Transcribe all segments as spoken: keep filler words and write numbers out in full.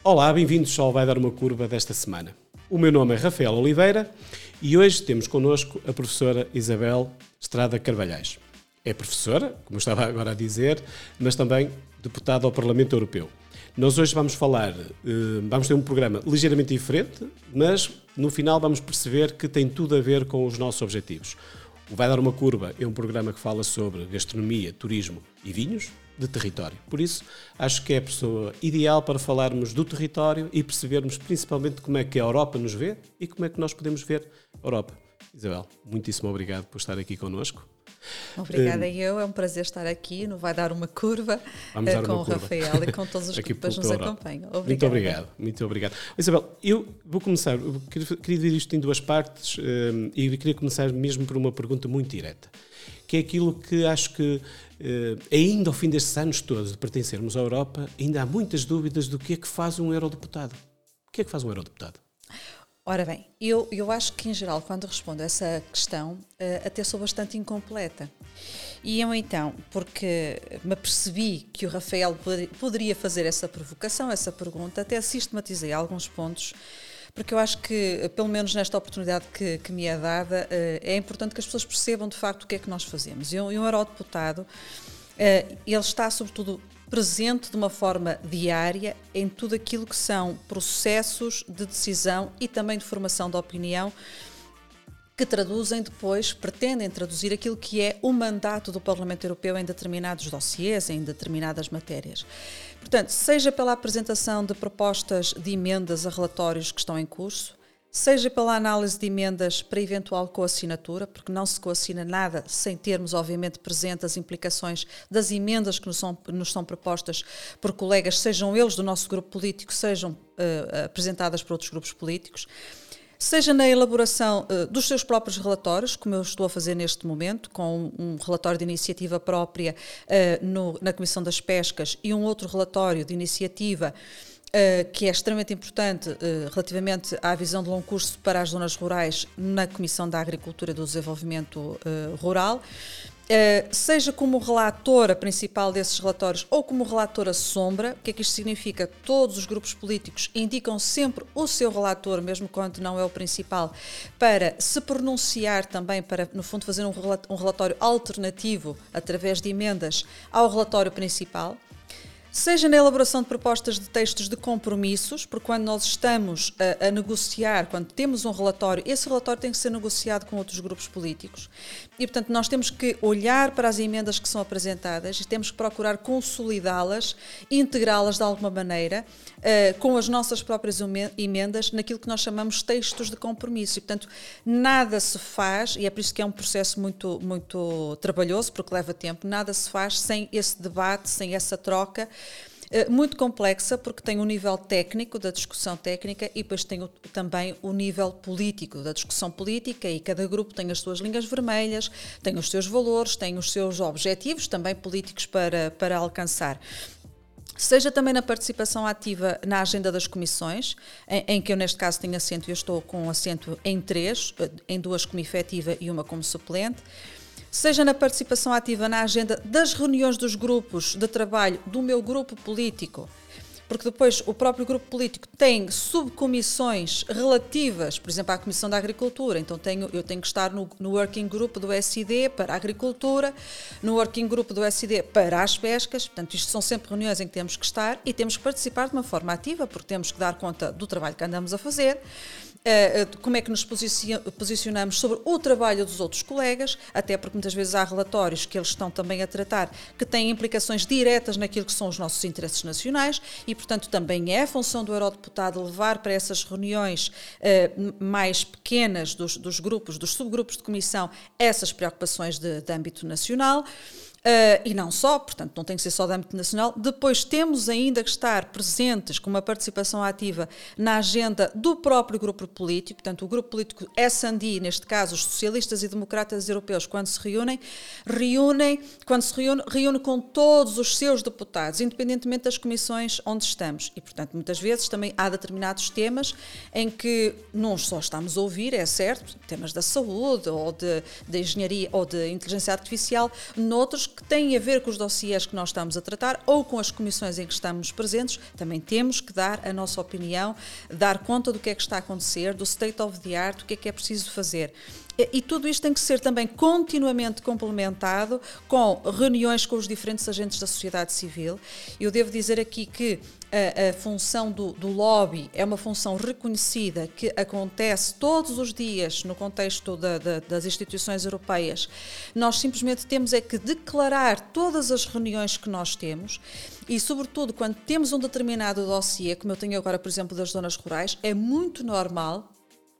Olá, bem-vindos ao Vai Dar Uma Curva desta semana. O meu nome é Rafael Oliveira e hoje temos connosco a professora Isabel Estrada Carvalhais. É professora, como eu estava agora a dizer, mas também deputada ao Parlamento Europeu. Nós hoje vamos falar, vamos ter um programa ligeiramente diferente, mas no final vamos perceber que tem tudo a ver com os nossos objetivos. O Vai Dar Uma Curva é um programa que fala sobre gastronomia, turismo e vinhos de território. Por isso, acho que é a pessoa ideal para falarmos do território e percebermos principalmente como é que a Europa nos vê e como é que nós podemos ver a Europa. Isabel, muitíssimo obrigado por estar aqui connosco. Obrigada um, eu, é um prazer estar aqui no Vai Dar Uma Curva Vamos dar com uma o curva. Rafael e com todos os que depois nos acompanham. Obrigada. Muito obrigado, muito obrigado. Isabel, eu vou começar, eu queria dividir isto em duas partes um, e queria começar mesmo por uma pergunta muito direta, que é aquilo que acho que uh, ainda ao fim destes anos todos de pertencermos à Europa, ainda há muitas dúvidas do que é que faz um eurodeputado. O que é que faz um eurodeputado? Ora bem, eu, eu acho que em geral quando respondo a essa questão uh, até sou bastante incompleta. E eu então, porque me apercebi que o Rafael poderia fazer essa provocação, essa pergunta, até sistematizei alguns pontos, porque eu acho que, pelo menos nesta oportunidade que, que me é dada, uh, é importante que as pessoas percebam de facto o que é que nós fazemos. E um, um eurodeputado, uh, ele está sobretudo presente de uma forma diária em tudo aquilo que são processos de decisão e também de formação de opinião que traduzem depois, pretendem traduzir aquilo que é o mandato do Parlamento Europeu em determinados dossiês, em determinadas matérias. Portanto, seja pela apresentação de propostas de emendas a relatórios que estão em curso, seja pela análise de emendas para eventual coassinatura, porque não se coassina nada sem termos, obviamente, presente as implicações das emendas que nos são, nos são propostas por colegas, sejam eles do nosso grupo político, sejam uh, apresentadas por outros grupos políticos, seja na elaboração uh, dos seus próprios relatórios, como eu estou a fazer neste momento, com um, um relatório de iniciativa própria uh, no, na Comissão das Pescas e um outro relatório de iniciativa Uh, que é extremamente importante uh, relativamente à visão de longo curso para as zonas rurais na Comissão da Agricultura e do Desenvolvimento uh, Rural, uh, seja como relatora principal desses relatórios ou como relatora sombra. O que é que isto significa? Todos os grupos políticos indicam sempre o seu relator, mesmo quando não é o principal, para se pronunciar também, para no fundo fazer um relatório alternativo através de emendas ao relatório principal. Seja na elaboração de propostas de textos de compromissos, porque quando nós estamos a, a negociar, quando temos um relatório, esse relatório tem que ser negociado com outros grupos políticos. E, portanto, nós temos que olhar para as emendas que são apresentadas e temos que procurar consolidá-las, integrá-las de alguma maneira, uh, com as nossas próprias emendas, naquilo que nós chamamos textos de compromisso. E, portanto, nada se faz, e é por isso que é um processo muito, muito trabalhoso, porque leva tempo, nada se faz sem esse debate, sem essa troca, muito complexa, porque tem o nível técnico da discussão técnica e depois tem o, também o nível político da discussão política, e cada grupo tem as suas linhas vermelhas, tem os seus valores, tem os seus objetivos também políticos para, para alcançar. Seja também na participação ativa na agenda das comissões, em, em que eu neste caso tenho assento, e eu estou com assento em três, em duas como efetiva e uma como suplente. Seja na participação ativa na agenda das reuniões dos grupos de trabalho do meu grupo político, porque depois o próprio grupo político tem subcomissões relativas, por exemplo, à Comissão da Agricultura, então tenho, eu tenho que estar no, no Working Group do S I D para a Agricultura, no Working Group do S I D para as pescas. Portanto, isto são sempre reuniões em que temos que estar e temos que participar de uma forma ativa, porque temos que dar conta do trabalho que andamos a fazer, como é que nos posicionamos sobre o trabalho dos outros colegas, até porque muitas vezes há relatórios que eles estão também a tratar que têm implicações diretas naquilo que são os nossos interesses nacionais e, portanto, também é a função do eurodeputado levar para essas reuniões uh, mais pequenas dos, dos grupos, dos subgrupos de comissão, essas preocupações de, de âmbito nacional. Uh, e não só, portanto, não tem que ser só de âmbito nacional. Depois temos ainda que estar presentes com uma participação ativa na agenda do próprio grupo político, portanto, o grupo político S and D, neste caso, os socialistas e democratas europeus, quando se reúnem, reúnem, quando se reúne, reúne com todos os seus deputados, independentemente das comissões onde estamos. E, portanto, muitas vezes também há determinados temas em que não só estamos a ouvir, é certo, temas da saúde ou de, de engenharia ou de inteligência artificial, noutros que têm a ver com os dossiês que nós estamos a tratar ou com as comissões em que estamos presentes, também temos que dar a nossa opinião, dar conta do que é que está a acontecer, do state of the art, do que é que é preciso fazer. E tudo isto tem que ser também continuamente complementado com reuniões com os diferentes agentes da sociedade civil. Eu devo dizer aqui que a, a função do, do lobby é uma função reconhecida que acontece todos os dias no contexto da, da, das instituições europeias. Nós simplesmente temos é que declarar todas as reuniões que nós temos e, sobretudo, quando temos um determinado dossiê, como eu tenho agora, por exemplo, das zonas rurais, é muito normal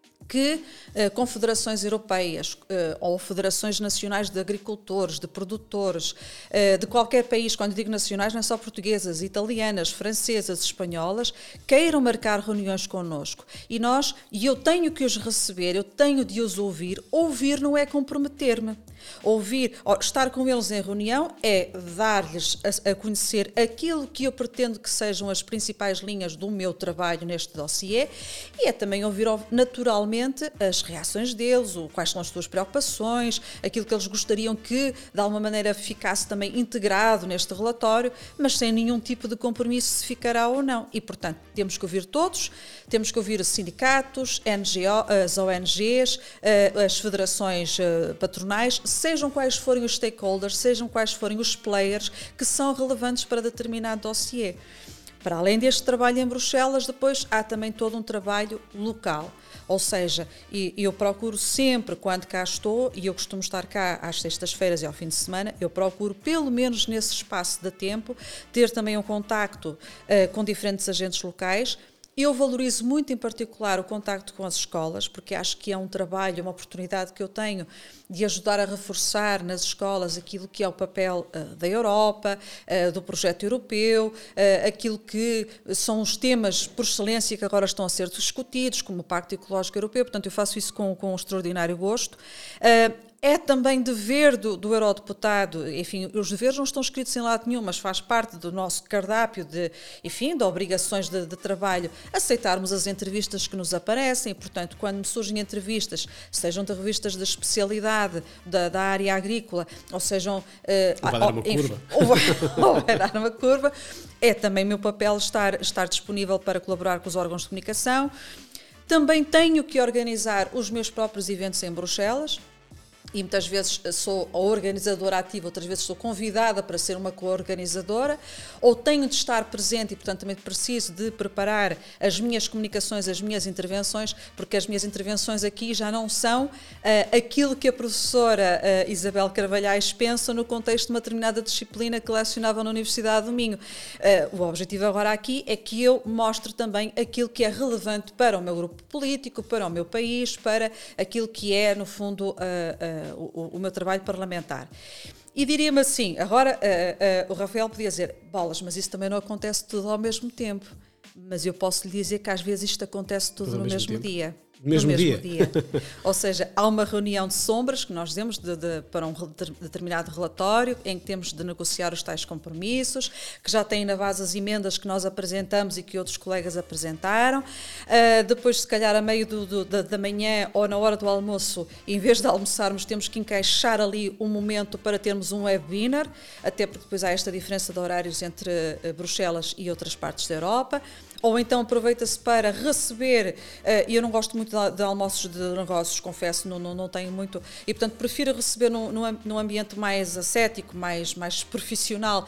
que eh, confederações europeias eh, ou federações nacionais de agricultores, de produtores, eh, de qualquer país, quando digo nacionais não é só portuguesas, italianas, francesas, espanholas, queiram marcar reuniões connosco. E nós, e eu tenho que os receber, eu tenho de os ouvir, ouvir não é comprometer-me. Ouvir, estar com eles em reunião é dar-lhes a, a conhecer aquilo que eu pretendo que sejam as principais linhas do meu trabalho neste dossiê e é também ouvir naturalmente as reações deles, o, quais são as suas preocupações, aquilo que eles gostariam que de alguma maneira ficasse também integrado neste relatório, mas sem nenhum tipo de compromisso se ficará ou não. E, portanto, temos que ouvir todos, temos que ouvir os sindicatos, N G O, as O N Gs, as federações patronais, sejam quais forem os stakeholders, sejam quais forem os players que são relevantes para determinado dossiê. Para além deste trabalho em Bruxelas, depois há também todo um trabalho local. Ou seja, eu procuro sempre, quando cá estou, e eu costumo estar cá às sextas-feiras e ao fim de semana, eu procuro, pelo menos nesse espaço de tempo, ter também um contacto uh, com diferentes agentes locais. Eu valorizo muito, em particular, o contacto com as escolas, porque acho que é um trabalho, uma oportunidade que eu tenho de ajudar a reforçar nas escolas aquilo que é o papel uh, da Europa, uh, do projeto europeu, uh, aquilo que são os temas por excelência que agora estão a ser discutidos, como o Pacto Ecológico Europeu. Portanto, eu faço isso com, com um extraordinário gosto. Uh, É também dever do, do eurodeputado, enfim, os deveres não estão escritos em lado nenhum, mas faz parte do nosso cardápio de, enfim, de obrigações de, de trabalho, aceitarmos as entrevistas que nos aparecem. Portanto, quando me surgem entrevistas, sejam de revistas de especialidade da, da área agrícola, ou sejam... Uh, ou vai dar uma enfim, curva. Ou vai, ou vai dar uma curva. É também meu papel estar, estar disponível para colaborar com os órgãos de comunicação. Também tenho que organizar os meus próprios eventos em Bruxelas. E muitas vezes sou a organizadora ativa, outras vezes sou convidada para ser uma co-organizadora, ou tenho de estar presente e, portanto, também preciso de preparar as minhas comunicações, as minhas intervenções, porque as minhas intervenções aqui já não são uh, aquilo que a professora uh, Isabel Carvalhais pensa no contexto de uma determinada disciplina que lecionava na Universidade do Minho. Uh, o objetivo agora aqui é que eu mostre também aquilo que é relevante para o meu grupo político, para o meu país, para aquilo que é, no fundo, uh, uh, O, o meu trabalho parlamentar. E diria-me assim, agora uh, uh, o Rafael podia dizer, bolas, mas isso também não acontece tudo ao mesmo tempo. Mas eu posso lhe dizer que às vezes isto acontece tudo, tudo no mesmo, mesmo dia. Mesmo, no mesmo dia. dia. Ou seja, há uma reunião de sombras que nós demos de, de, para um determinado relatório em que temos de negociar os tais compromissos, que já tem na base as emendas que nós apresentamos e que outros colegas apresentaram. Uh, depois, se calhar, a meio do, do, da, da manhã ou na hora do almoço, em vez de almoçarmos, temos que encaixar ali um momento para termos um webinar, até porque depois há esta diferença de horários entre uh, Bruxelas e outras partes da Europa. Ou então aproveita-se para receber, e uh, eu não gosto muito de, de almoços de negócios, confesso, não, não, não tenho muito, e portanto prefiro receber num, num ambiente mais ascético, mais, mais profissional,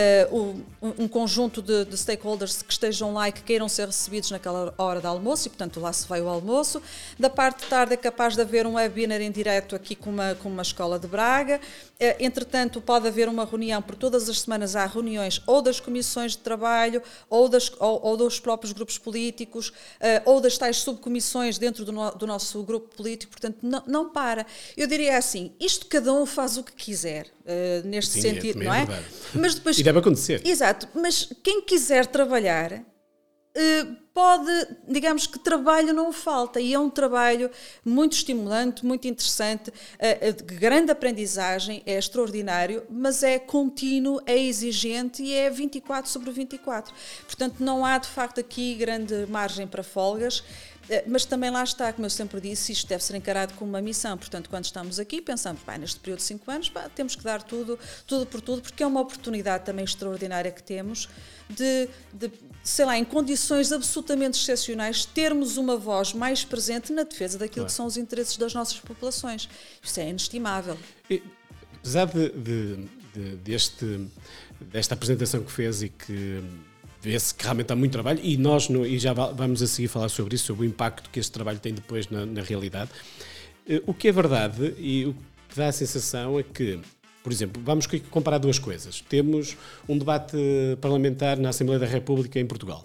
uh, um, um conjunto de, de stakeholders que estejam lá e que queiram ser recebidos naquela hora de almoço, e portanto lá se vai o almoço. Da parte de tarde é capaz de haver um webinar em direto aqui com uma, com uma escola de Braga. Uh, entretanto, pode haver uma reunião, por todas as semanas há reuniões ou das comissões de trabalho, ou, das, ou, ou dos próprios grupos políticos, uh, ou das tais subcomissões dentro do, no, do nosso grupo político, portanto não, não para. Eu diria assim, isto cada um faz o que quiser, uh, neste Sim, sentido, é, não é? é Mas depois, e deve acontecer. Exato, mas quem quiser trabalhar, uh, pode, digamos que trabalho não falta, e é um trabalho muito estimulante, muito interessante, uh, de grande aprendizagem, é extraordinário, mas é contínuo, é exigente e é vinte e quatro sobre vinte e quatro. Portanto, não há de facto aqui grande margem para folgas. Mas também lá está, como eu sempre disse, isto deve ser encarado como uma missão. Portanto, quando estamos aqui, pensamos, pá, neste período de cinco anos, pá, temos que dar tudo, tudo por tudo, porque é uma oportunidade também extraordinária que temos de, de, sei lá, em condições absolutamente excepcionais, termos uma voz mais presente na defesa daquilo claro. Que são os interesses das nossas populações. Isto é inestimável. E, apesar de, de, de, deste, desta apresentação que fez e que vê-se que realmente há muito trabalho, e nós, no, e já vamos a seguir falar sobre isso, sobre o impacto que este trabalho tem depois na, na realidade, o que é verdade e o que dá a sensação é que, por exemplo, vamos comparar duas coisas. Temos um debate parlamentar na Assembleia da República em Portugal.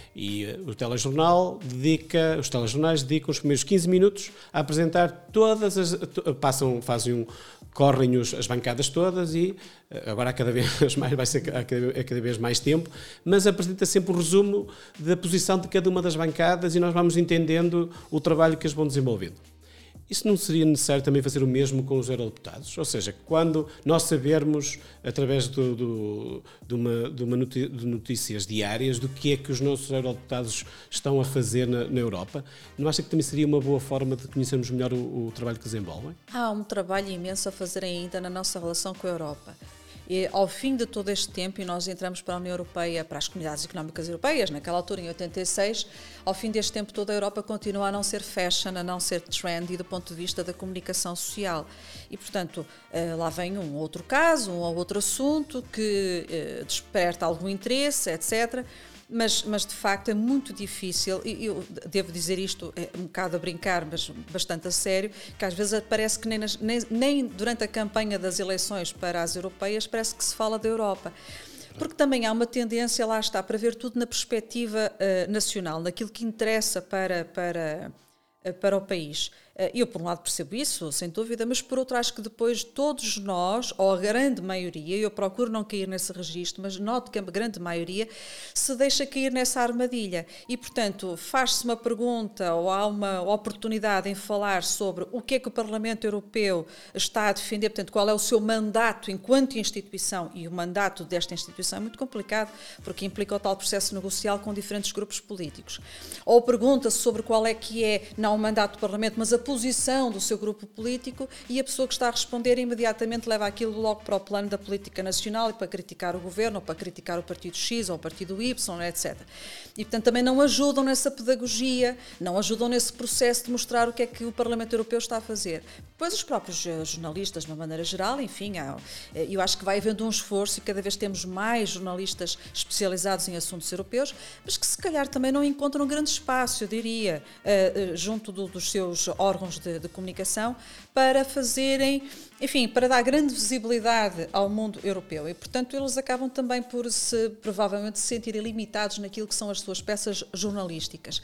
E o telejornal dedica, os telejornais dedicam os primeiros quinze minutos a apresentar todas as, passam, fazem um, correm os, as bancadas todas e agora há cada vez mais, vai ser há cada, há cada vez mais tempo, mas apresenta sempre o resumo da posição de cada uma das bancadas e nós vamos entendendo o trabalho que eles vão desenvolvendo. Isso não seria necessário também fazer o mesmo com os eurodeputados? Ou seja, quando nós sabermos, através do, do, de, uma, de, uma noti- de notícias diárias, do que é que os nossos eurodeputados estão a fazer na, na Europa, não acha que também seria uma boa forma de conhecermos melhor o, o trabalho que desenvolvem? Há um trabalho imenso a fazer ainda na nossa relação com a Europa. E, ao fim de todo este tempo, e nós entramos para a União Europeia, para as Comunidades Económicas Europeias, naquela altura, em oitenta e seis, ao fim deste tempo toda a Europa continua a não ser fashion, a não ser trendy do ponto de vista da comunicação social. E, portanto, lá vem um outro caso, um ou outro assunto que desperta algum interesse, etcétera. Mas, mas, de facto, é muito difícil, e eu devo dizer isto é um bocado a brincar, mas bastante a sério, que às vezes parece que nem, nas, nem, nem durante a campanha das eleições para as europeias parece que se fala da Europa. Porque também há uma tendência, lá está, para ver tudo na perspectiva uh, nacional, naquilo que interessa para, para, uh, para o país. Eu, por um lado, percebo isso, sem dúvida, mas, por outro, acho que depois todos nós, ou a grande maioria, eu procuro não cair nesse registro, mas noto que a grande maioria se deixa cair nessa armadilha. E, portanto, faz-se uma pergunta ou há uma oportunidade em falar sobre o que é que o Parlamento Europeu está a defender, portanto, qual é o seu mandato enquanto instituição, e o mandato desta instituição é muito complicado, porque implica o tal processo negocial com diferentes grupos políticos. Ou pergunta-se sobre qual é que é, não o mandato do Parlamento, mas a posição do seu grupo político, e a pessoa que está a responder imediatamente leva aquilo logo para o plano da política nacional e para criticar o governo, ou para criticar o partido X ou o partido Y, etcétera. E, portanto, também não ajudam nessa pedagogia, não ajudam nesse processo de mostrar o que é que o Parlamento Europeu está a fazer. Depois os próprios jornalistas, de uma maneira geral, enfim, há, eu acho que vai havendo um esforço e cada vez temos mais jornalistas especializados em assuntos europeus, mas que se calhar também não encontram um grande espaço, eu diria, junto do, dos seus órgãos de, de comunicação, para fazerem, enfim, para dar grande visibilidade ao mundo europeu. E, portanto, eles acabam também por se, provavelmente, se sentirem limitados naquilo que são as suas peças jornalísticas.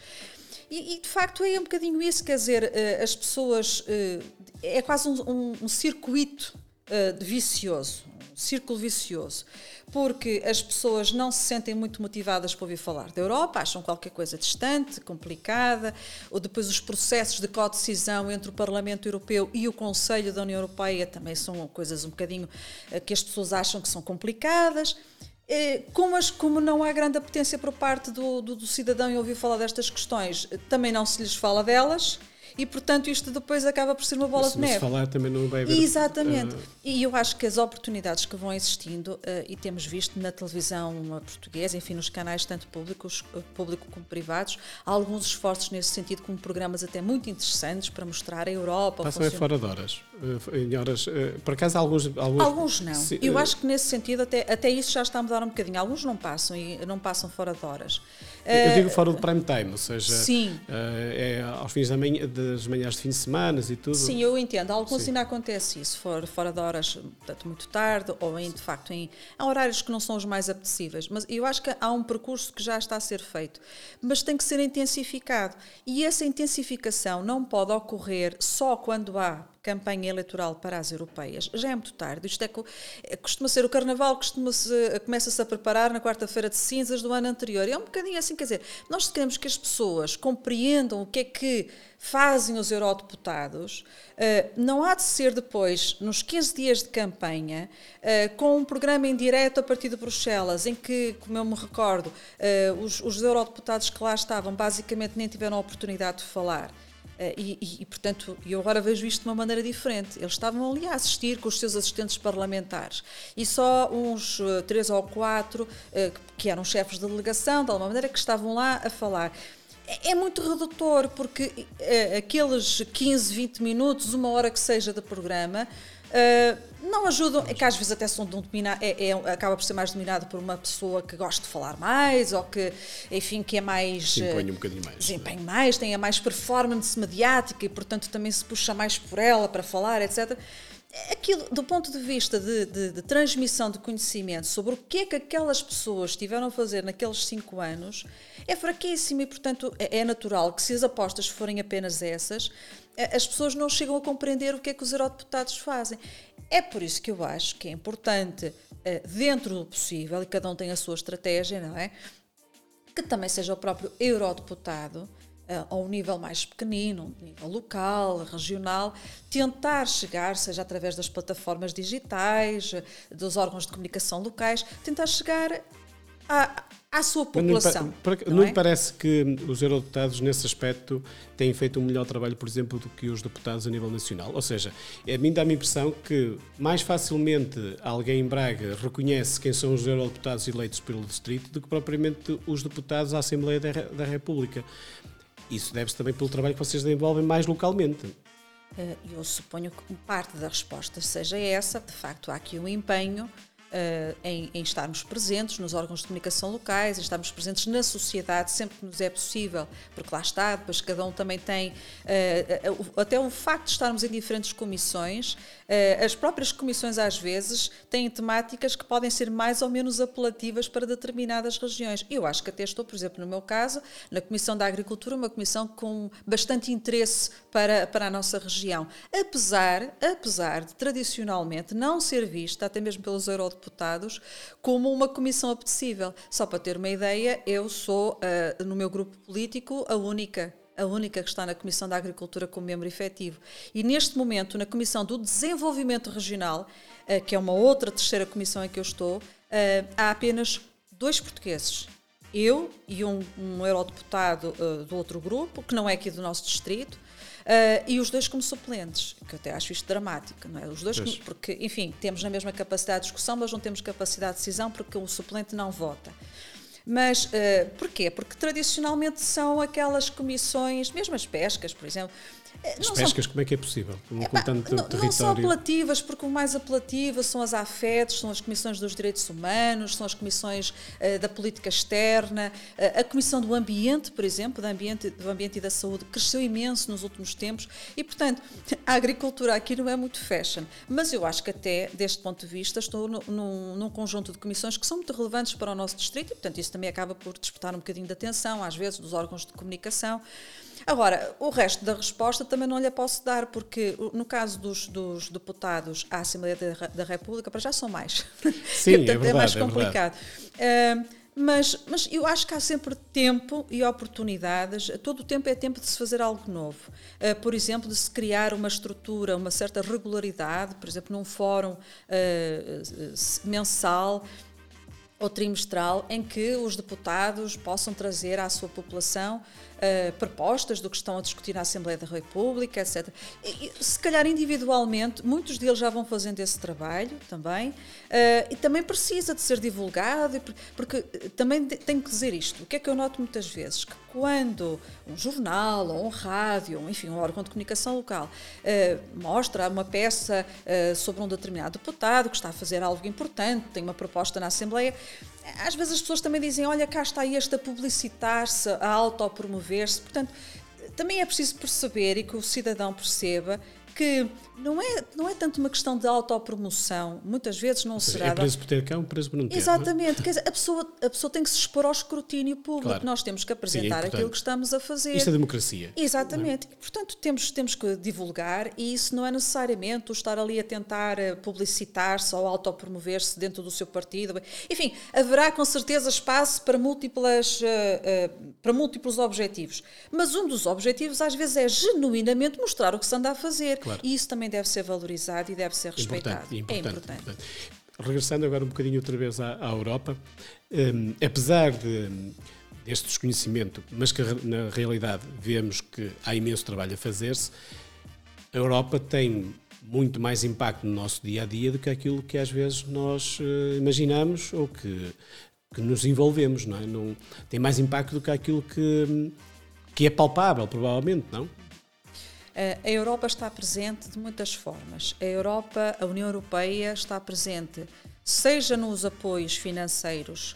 E, e, de facto, é um bocadinho isso, quer dizer, as pessoas, é quase um, um, um circuito vicioso, um círculo vicioso, porque as pessoas não se sentem muito motivadas para ouvir falar da Europa, acham qualquer coisa distante, complicada, ou depois os processos de codecisão entre o Parlamento Europeu e o Conselho da União Europeia também são coisas um bocadinho que as pessoas acham que são complicadas. Como, as, como não há grande apetência por parte do, do, do cidadão em ouvir falar destas questões, também não se lhes fala delas. E, portanto, isto depois acaba por ser uma bola se de neve. Se falar também não vai haver... Exatamente. Uh... E eu acho que as oportunidades que vão existindo, uh, e temos visto na televisão portuguesa, enfim, nos canais tanto públicos, público como privados, há alguns esforços nesse sentido, com programas até muito interessantes para mostrar a Europa. Passam é fora de horas. Em horas por acaso, alguns... Alguns, alguns não. Se, eu uh... acho que nesse sentido, até, até isso já está a mudar um bocadinho. Alguns não passam e não passam fora de horas. Eu digo fora do prime time, ou seja, sim. é aos fins da manhã, das manhãs de fim de semana e tudo. Sim, eu entendo. Alguns ainda acontece isso, fora, fora de horas, portanto, muito tarde, ou em, de facto em, em horários que não são os mais apetecíveis. Mas eu acho que há um percurso que já está a ser feito, mas tem que ser intensificado. E essa intensificação não pode ocorrer só quando há campanha eleitoral para as europeias, já é muito tarde. Isto é, costuma ser o carnaval, costuma-se, começa-se a preparar na quarta-feira de cinzas do ano anterior. E é um bocadinho assim, quer dizer, nós queremos que as pessoas compreendam o que é que fazem os eurodeputados, não há de ser depois, nos quinze dias de campanha, com um programa em direto a partir de Bruxelas, em que, como eu me recordo, os, os eurodeputados que lá estavam basicamente nem tiveram a oportunidade de falar. E, e, e, portanto, eu agora vejo isto de uma maneira diferente. Eles estavam ali a assistir com os seus assistentes parlamentares e só uns uh, três ou quatro, uh, que eram chefes de delegação, de alguma maneira, que estavam lá a falar. É, é muito redutor, porque uh, aqueles quinze, vinte minutos, uma hora que seja de programa, uh, não ajudam, é que às vezes até são dominados, é, é, acaba por ser mais dominado por uma pessoa que gosta de falar mais, ou que, enfim, que é mais... Se empenha um bocadinho mais. Se empenha mais, tem a mais performance mediática e, portanto, também se puxa mais por ela para falar, etcétera. Aquilo, do ponto de vista de, de, de transmissão de conhecimento sobre o que é que aquelas pessoas tiveram a fazer naqueles cinco anos, é fraquíssimo e, portanto, é, é natural que se as apostas forem apenas essas, as pessoas não chegam a compreender o que é que os eurodeputados fazem. É por isso que eu acho que é importante, dentro do possível, e cada um tem a sua estratégia, não é? Que também seja o próprio eurodeputado, a um nível mais pequenino, nível local, regional, tentar chegar, seja através das plataformas digitais, dos órgãos de comunicação locais, tentar chegar à, à sua população. Não, não, não é? Me parece que os eurodeputados, nesse aspecto, têm feito um melhor trabalho, por exemplo, do que os deputados a nível nacional. Ou seja, a mim dá-me a impressão que mais facilmente alguém em Braga reconhece quem são os eurodeputados eleitos pelo distrito do que propriamente os deputados à Assembleia da, da República. Isso deve-se também pelo trabalho que vocês desenvolvem mais localmente. Eu suponho que parte da resposta seja essa. De facto, há aqui um empenho uh, em, em estarmos presentes nos órgãos de comunicação locais, em estarmos presentes na sociedade sempre que nos é possível, porque lá está, depois cada um também tem, uh, uh, até o facto de estarmos em diferentes comissões, uh, as próprias comissões às vezes têm temáticas que podem ser mais ou menos apelativas para determinadas regiões. Eu acho que até estou, por exemplo, no meu caso, na Comissão da Agricultura, uma comissão com bastante interesse para, para a nossa região. Apesar, apesar de tradicionalmente não ser vista, até mesmo pelos eurodeputados, como uma comissão apetecível. Só para ter uma ideia, eu sou, uh, no meu grupo político, a única a única que está na Comissão da Agricultura como membro efetivo. E neste momento, na Comissão do Desenvolvimento Regional, uh, que é uma outra terceira comissão em que eu estou, uh, há apenas dois portugueses. Eu e um, um eurodeputado uh, do outro grupo, que não é aqui do nosso distrito, uh, e os dois como suplentes, que eu até acho isto dramático, não é? Os dois, como, porque, enfim, temos na mesma capacidade de discussão, mas não temos capacidade de decisão porque o suplente não vota. Mas uh, porquê? Porque tradicionalmente são aquelas comissões, mesmo as pescas, por exemplo. As não pescas, são, como é que é possível? É, pá, não, território... não são apelativas, porque o mais apelativo são as AFETs, são as Comissões dos Direitos Humanos, são as Comissões uh, da Política Externa, uh, a Comissão do Ambiente, por exemplo, do ambiente, do ambiente e da Saúde, cresceu imenso nos últimos tempos e, portanto, a agricultura aqui não é muito fashion. Mas eu acho que até, deste ponto de vista, estou no, num, num conjunto de comissões que são muito relevantes para o nosso distrito e, portanto, isso também acaba por despertar um bocadinho de atenção, às vezes, dos órgãos de comunicação. Agora, o resto da resposta também não lhe posso dar, porque no caso dos, dos deputados à Assembleia da, da República, para já são mais. Sim, é verdade, é mais complicado. É uh, mas, mas eu acho que há sempre tempo e oportunidades, todo o tempo é tempo de se fazer algo novo. Uh, por exemplo, de se criar uma estrutura, uma certa regularidade, por exemplo, num fórum uh, mensal ou trimestral, em que os deputados possam trazer à sua população uh, propostas do que estão a discutir na Assembleia da República, etcétera. E, se calhar individualmente, muitos deles já vão fazendo esse trabalho também, uh, e também precisa de ser divulgado, porque também tenho que dizer isto, o que é que eu noto muitas vezes? Que quando um jornal, ou um rádio, ou, enfim, um órgão de comunicação local, uh, mostra uma peça uh, sobre um determinado deputado que está a fazer algo importante, tem uma proposta na Assembleia, às vezes as pessoas também dizem, olha, cá está este a publicitar-se, a autopromover-se. Portanto, também é preciso perceber e que o cidadão perceba que não é, não é tanto uma questão de autopromoção, muitas vezes não seja, será... É preso por ter cão, preso por não ter. Exatamente, não é? Quer dizer, a pessoa, a pessoa tem que se expor ao escrutínio público, Claro. nós temos que apresentar Sim, é aquilo que estamos a fazer. Isto é democracia. Exatamente, e, portanto temos, temos que divulgar, e isso não é necessariamente o estar ali a tentar publicitar-se ou autopromover-se dentro do seu partido. Enfim, haverá com certeza espaço para, múltiplas, uh, uh, para múltiplos objetivos, mas um dos objetivos às vezes é genuinamente mostrar o que se anda a fazer, Claro. e isso também deve ser valorizado e deve ser respeitado. Importante, importante, é importante. importante. Regressando agora um bocadinho outra vez à, à Europa, um, apesar de, deste desconhecimento, mas que na realidade vemos que há imenso trabalho a fazer-se, a Europa tem muito mais impacto no nosso dia-a-dia do que aquilo que às vezes nós uh, imaginamos ou que, que nos envolvemos, não é? Não, tem mais impacto do que aquilo que, que é palpável, provavelmente, não? A Europa está presente de muitas formas. A Europa, a União Europeia está presente, seja nos apoios financeiros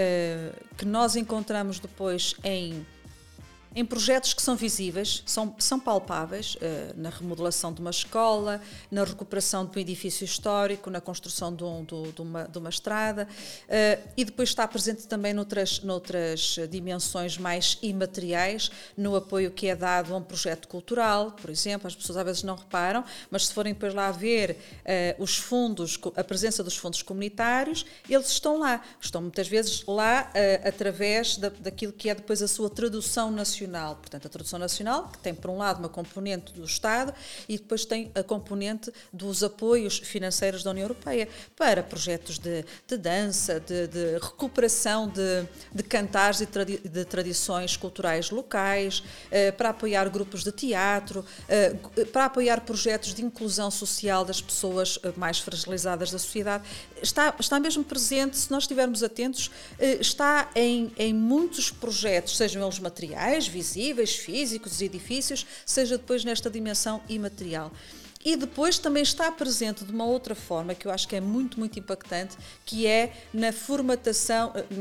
que nós encontramos depois em, em projetos que são visíveis, são, são palpáveis, na remodelação de uma escola, na recuperação de um edifício histórico, na construção de, um, de, de, uma, de uma estrada, e depois está presente também noutras, noutras dimensões mais imateriais, no apoio que é dado a um projeto cultural, por exemplo. As pessoas às vezes não reparam, mas se forem depois lá ver uh, os fundos, a presença dos fundos comunitários, eles estão lá, estão muitas vezes lá uh, através da, daquilo que é depois a sua tradução nacional. Portanto, a tradução nacional, que tem por um lado uma componente do Estado e depois tem a componente dos apoios financeiros da União Europeia para projetos de, de dança, de, de recuperação de, de cantares e tradi de tradições culturais locais, eh, para apoiar grupos de teatro, eh, para apoiar projetos de inclusão social das pessoas mais fragilizadas da sociedade. Está, está mesmo presente, se nós estivermos atentos, eh, está em, em muitos projetos, sejam eles materiais, visíveis, físicos, edifícios, seja depois nesta dimensão imaterial. E depois também está presente de uma outra forma, que eu acho que é muito, muito impactante, que é na formatação, uh,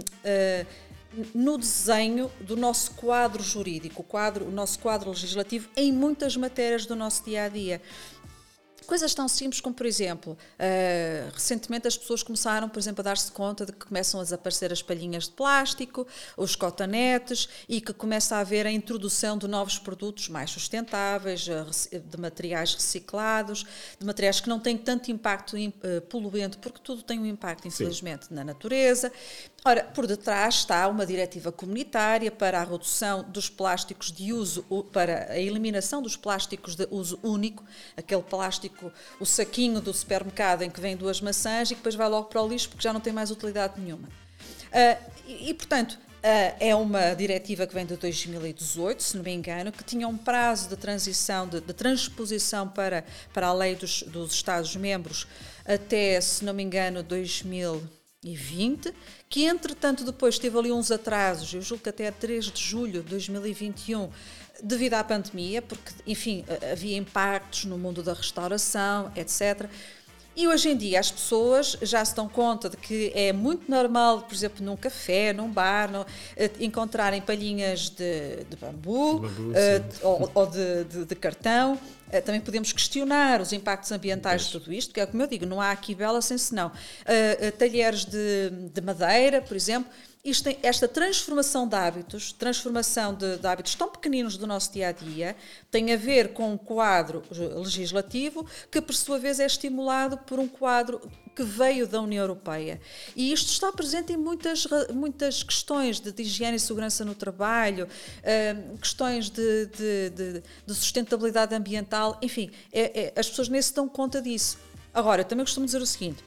uh, no desenho do nosso quadro jurídico, o, quadro, o nosso quadro legislativo, em muitas matérias do nosso dia-a-dia. Coisas tão simples como, por exemplo, uh, recentemente as pessoas começaram, por exemplo, a dar-se conta de que começam a desaparecer as palhinhas de plástico, os cotonetes, e que começa a haver a introdução de novos produtos mais sustentáveis, de materiais reciclados, de materiais que não têm tanto impacto uh, poluente, porque tudo tem um impacto, infelizmente, Sim. na natureza. Ora, por detrás está uma diretiva comunitária para a redução dos plásticos de uso, para a eliminação dos plásticos de uso único, aquele plástico, o saquinho do supermercado em que vem duas maçãs e que depois vai logo para o lixo porque já não tem mais utilidade nenhuma. Uh, e, e, portanto, uh, é uma diretiva que vem de dois mil e dezoito, se não me engano, que tinha um prazo de transição, de, de transposição para, para a lei dos, dos Estados-membros até, se não me engano, dois mil e vinte, que entretanto depois teve ali uns atrasos, eu julgo que até três de julho de dois mil e vinte e um, devido à pandemia, porque, enfim, havia impactos no mundo da restauração, etcétera. E hoje em dia as pessoas já se dão conta de que é muito normal, por exemplo, num café, num bar, não, encontrarem palhinhas de, de bambu, de bambu uh, ou, ou de, de, de cartão. Uh, também podemos questionar os impactos ambientais de tudo isto, porque é como eu digo, não há aqui bela sem senão. Uh, uh, talheres de, de madeira, por exemplo. Isto tem, esta transformação de hábitos, transformação de, de hábitos tão pequeninos do nosso dia-a-dia, tem a ver com um quadro legislativo que, por sua vez, é estimulado por um quadro que veio da União Europeia. E isto está presente em muitas, muitas questões de, de higiene e segurança no trabalho, uh, questões de, de, de, de sustentabilidade ambiental, enfim, é, é, as pessoas nem se dão conta disso. Agora, eu também costumo dizer o seguinte: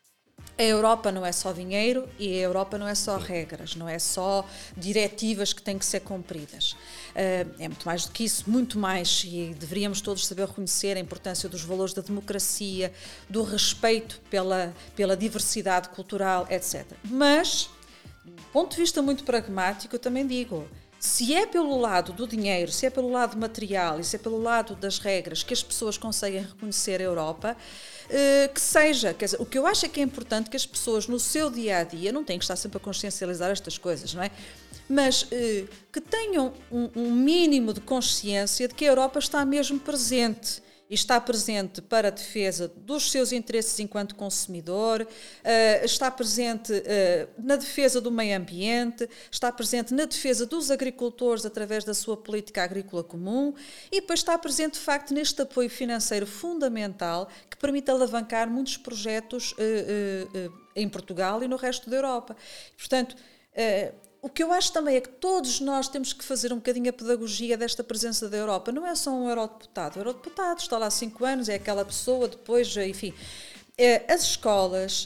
a Europa não é só dinheiro e a Europa não é só regras, não é só diretivas que têm que ser cumpridas. É muito mais do que isso, muito mais, e deveríamos todos saber reconhecer a importância dos valores da democracia, do respeito pela, pela diversidade cultural, etcétera. Mas, do ponto de vista muito pragmático, eu também digo, se é pelo lado do dinheiro, se é pelo lado material e se é pelo lado das regras que as pessoas conseguem reconhecer a Europa, que seja, quer dizer, o que eu acho é que é importante que as pessoas no seu dia-a-dia, não têm que estar sempre a consciencializar estas coisas, não é? Mas que tenham um, um mínimo de consciência de que a Europa está mesmo presente e está presente para a defesa dos seus interesses enquanto consumidor, uh, está presente uh, na defesa do meio ambiente, está presente na defesa dos agricultores através da sua política agrícola comum e depois está presente, de facto, neste apoio financeiro fundamental que permite alavancar muitos projetos uh, uh, uh, em Portugal e no resto da Europa. Portanto, uh, o que eu acho também é que todos nós temos que fazer um bocadinho a pedagogia desta presença da Europa. Não é só um eurodeputado. O eurodeputado está lá há cinco anos, é aquela pessoa, depois, enfim. As escolas,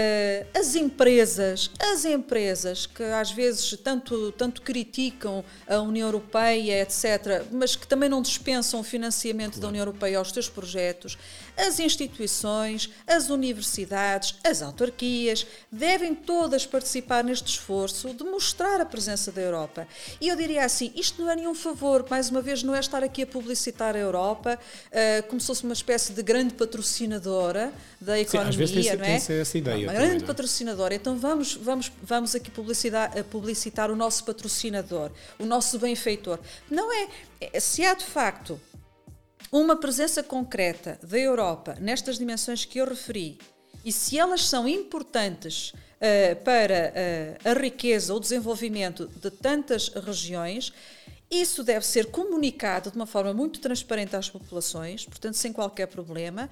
as empresas, as empresas que às vezes tanto, tanto criticam a União Europeia, etcétera, mas que também não dispensam o financiamento da União Europeia aos seus projetos, as instituições, as universidades, as autarquias, devem todas participar neste esforço de mostrar a presença da Europa. E eu diria assim, isto não é nenhum favor, mais uma vez não é estar aqui a publicitar a Europa uh, como se fosse uma espécie de grande patrocinadora da economia, Sim, às vezes tem, não é? Tem essa ideia. Uma grande patrocinadora. Então vamos, vamos, vamos aqui publicitar, publicitar o nosso patrocinador, o nosso benfeitor. Não é, se há de facto uma presença concreta da Europa nestas dimensões que eu referi, e se elas são importantes uh, para uh, a riqueza ou desenvolvimento de tantas regiões, isso deve ser comunicado de uma forma muito transparente às populações, portanto sem qualquer problema.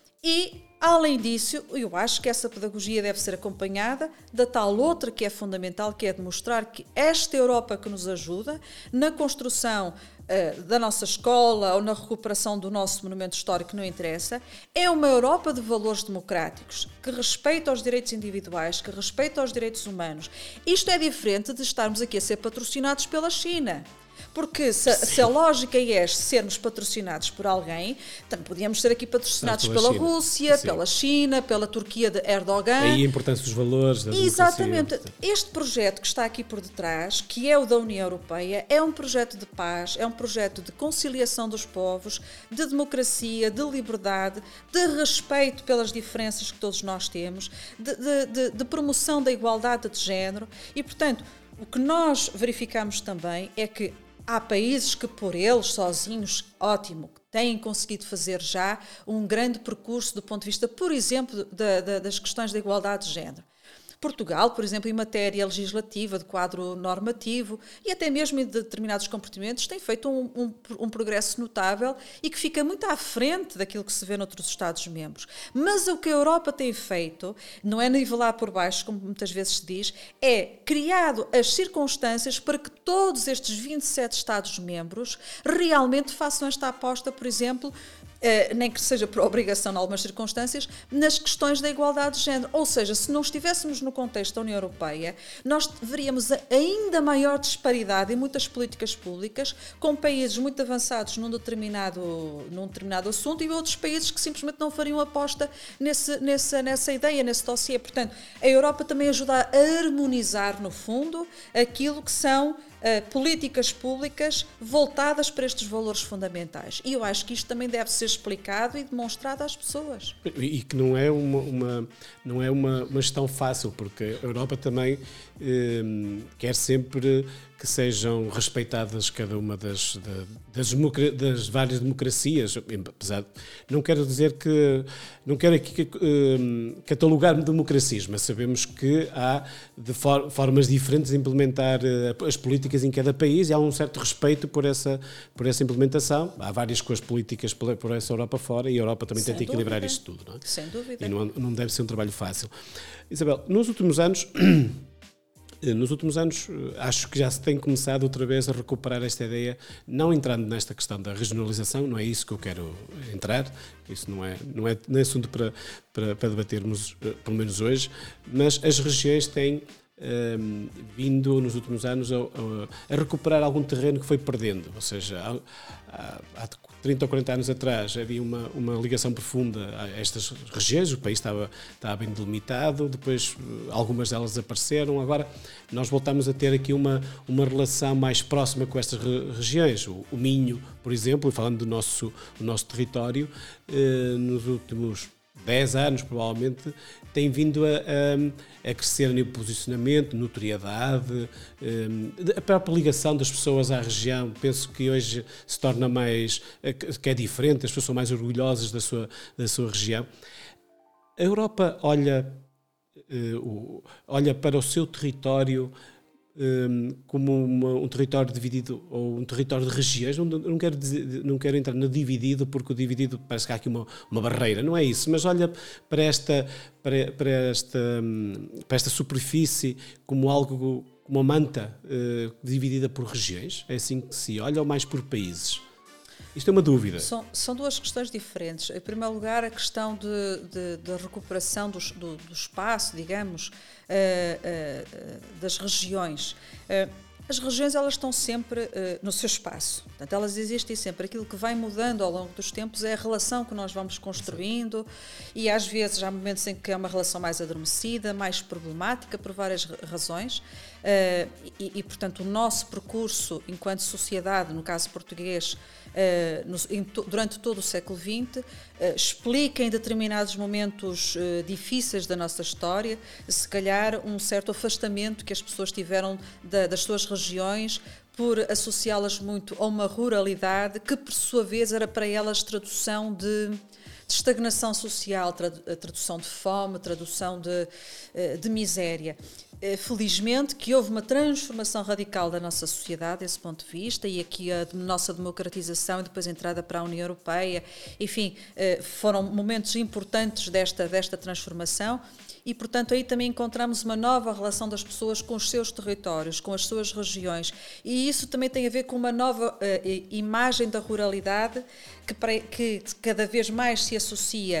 E, além disso, eu acho que essa pedagogia deve ser acompanhada da tal outra que é fundamental, que é demonstrar que esta Europa que nos ajuda na construção uh, da nossa escola ou na recuperação do nosso monumento histórico, não interessa, é uma Europa de valores democráticos, que respeita os direitos individuais, que respeita os direitos humanos. Isto é diferente de estarmos aqui a ser patrocinados pela China. Porque se, se a lógica é sermos patrocinados por alguém, também podíamos ser aqui patrocinados pela, pela Rússia, Sim. pela China, pela Turquia de Erdogan. Aí a importância dos valores, da Exatamente. democracia. Este projeto que está aqui por detrás, que é o da União Europeia, é um projeto de paz, é um projeto de conciliação dos povos, de democracia, de liberdade, de respeito pelas diferenças que todos nós temos, de, de, de, de promoção da igualdade de género e, portanto, o que nós verificamos também é que há países que, por eles sozinhos, ótimo, têm conseguido fazer já um grande percurso do ponto de vista, por exemplo, da, da, das questões da igualdade de género. Portugal, por exemplo, em matéria legislativa, de quadro normativo e até mesmo em determinados comportamentos, tem feito um, um, um progresso notável e que fica muito à frente daquilo que se vê noutros Estados-membros. Mas o que a Europa tem feito, não é nivelar por baixo, como muitas vezes se diz, é criado as circunstâncias para que todos estes vinte e sete Estados-membros realmente façam esta aposta, por exemplo, Uh, nem que seja por obrigação em algumas circunstâncias, nas questões da igualdade de género. Ou seja, se não estivéssemos no contexto da União Europeia, nós veríamos ainda maior disparidade em muitas políticas públicas, com países muito avançados num determinado, num determinado assunto e outros países que simplesmente não fariam aposta nesse, nessa, nessa ideia, nesse dossiê. Portanto, a Europa também ajuda a harmonizar, no fundo, aquilo que são Uh, políticas públicas voltadas para estes valores fundamentais. E eu acho que isto também deve ser explicado e demonstrado às pessoas. E, e que não é uma, uma, não é uma, uma gestão fácil, porque a Europa também eh, quer sempre que sejam respeitadas cada uma das, das, das várias democracias, apesar de, não quero dizer que, não quero aqui uh, catalogar democracias, mas sabemos que há de for, formas diferentes de implementar uh, as políticas em cada país e há um certo respeito por essa, por essa implementação. Há várias com as políticas por, por essa Europa fora e a Europa também Sem tenta equilibrar dúvida. isto tudo. Não é? Sem dúvida. E não, não deve ser um trabalho fácil. Isabel, nos últimos anos... Nos últimos anos, acho que já se tem começado outra vez a recuperar esta ideia, não entrando nesta questão da regionalização, não é isso que eu quero entrar, isso não é, não é, não é assunto para, para, para debatermos, pelo menos hoje, mas as regiões têm um, vindo nos últimos anos a, a, a recuperar algum terreno que foi perdendo, ou seja, há, há, há trinta ou quarenta anos atrás havia uma, uma ligação profunda a estas regiões, o país estava, estava bem delimitado, depois algumas delas desapareceram, agora nós voltamos a ter aqui uma, uma relação mais próxima com estas re- regiões. O, o Minho, por exemplo, falando do nosso, do nosso território, eh, nos últimos dez anos, provavelmente, tem vindo a, a, a crescer no posicionamento, notoriedade, a própria ligação das pessoas à região. Penso que hoje se torna mais, que é diferente, as pessoas são mais orgulhosas da sua, da sua região. A Europa olha, olha para o seu território como uma, um território dividido ou um território de regiões. Não, não, quero dizer, não quero entrar no dividido, porque o dividido parece que há aqui uma, uma barreira, não é isso, mas olha para esta, para, para esta, para esta superfície como algo, como uma manta uh, dividida por regiões. É assim que se olha, ou mais por países? Isto é uma dúvida. São, são duas questões diferentes. Em primeiro lugar, a questão de, de, de recuperação do, do, do espaço, digamos, uh, uh, das regiões. Uh, as regiões, elas estão sempre uh, no seu espaço. Portanto, elas existem sempre. Aquilo que vai mudando ao longo dos tempos é a relação que nós vamos construindo. Exato. E às vezes há momentos em que é uma relação mais adormecida, mais problemática, por várias razões. Uh, e, e, portanto, o nosso percurso enquanto sociedade, no caso português, Uh, no, em, durante todo o século vinte, uh, explica em determinados momentos uh, difíceis da nossa história, se calhar um certo afastamento que as pessoas tiveram da, das suas regiões, por associá-las muito a uma ruralidade que, por sua vez, era para elas tradução de, de estagnação social, tradução de fome, tradução de, de miséria. Felizmente que houve uma transformação radical da nossa sociedade desse ponto de vista, e aqui a nossa democratização e depois a entrada para a União Europeia, enfim, foram momentos importantes desta, desta transformação. E, portanto, aí também encontramos uma nova relação das pessoas com os seus territórios, com as suas regiões. E isso também tem a ver com uma nova uh, imagem da ruralidade que, que cada vez mais se associa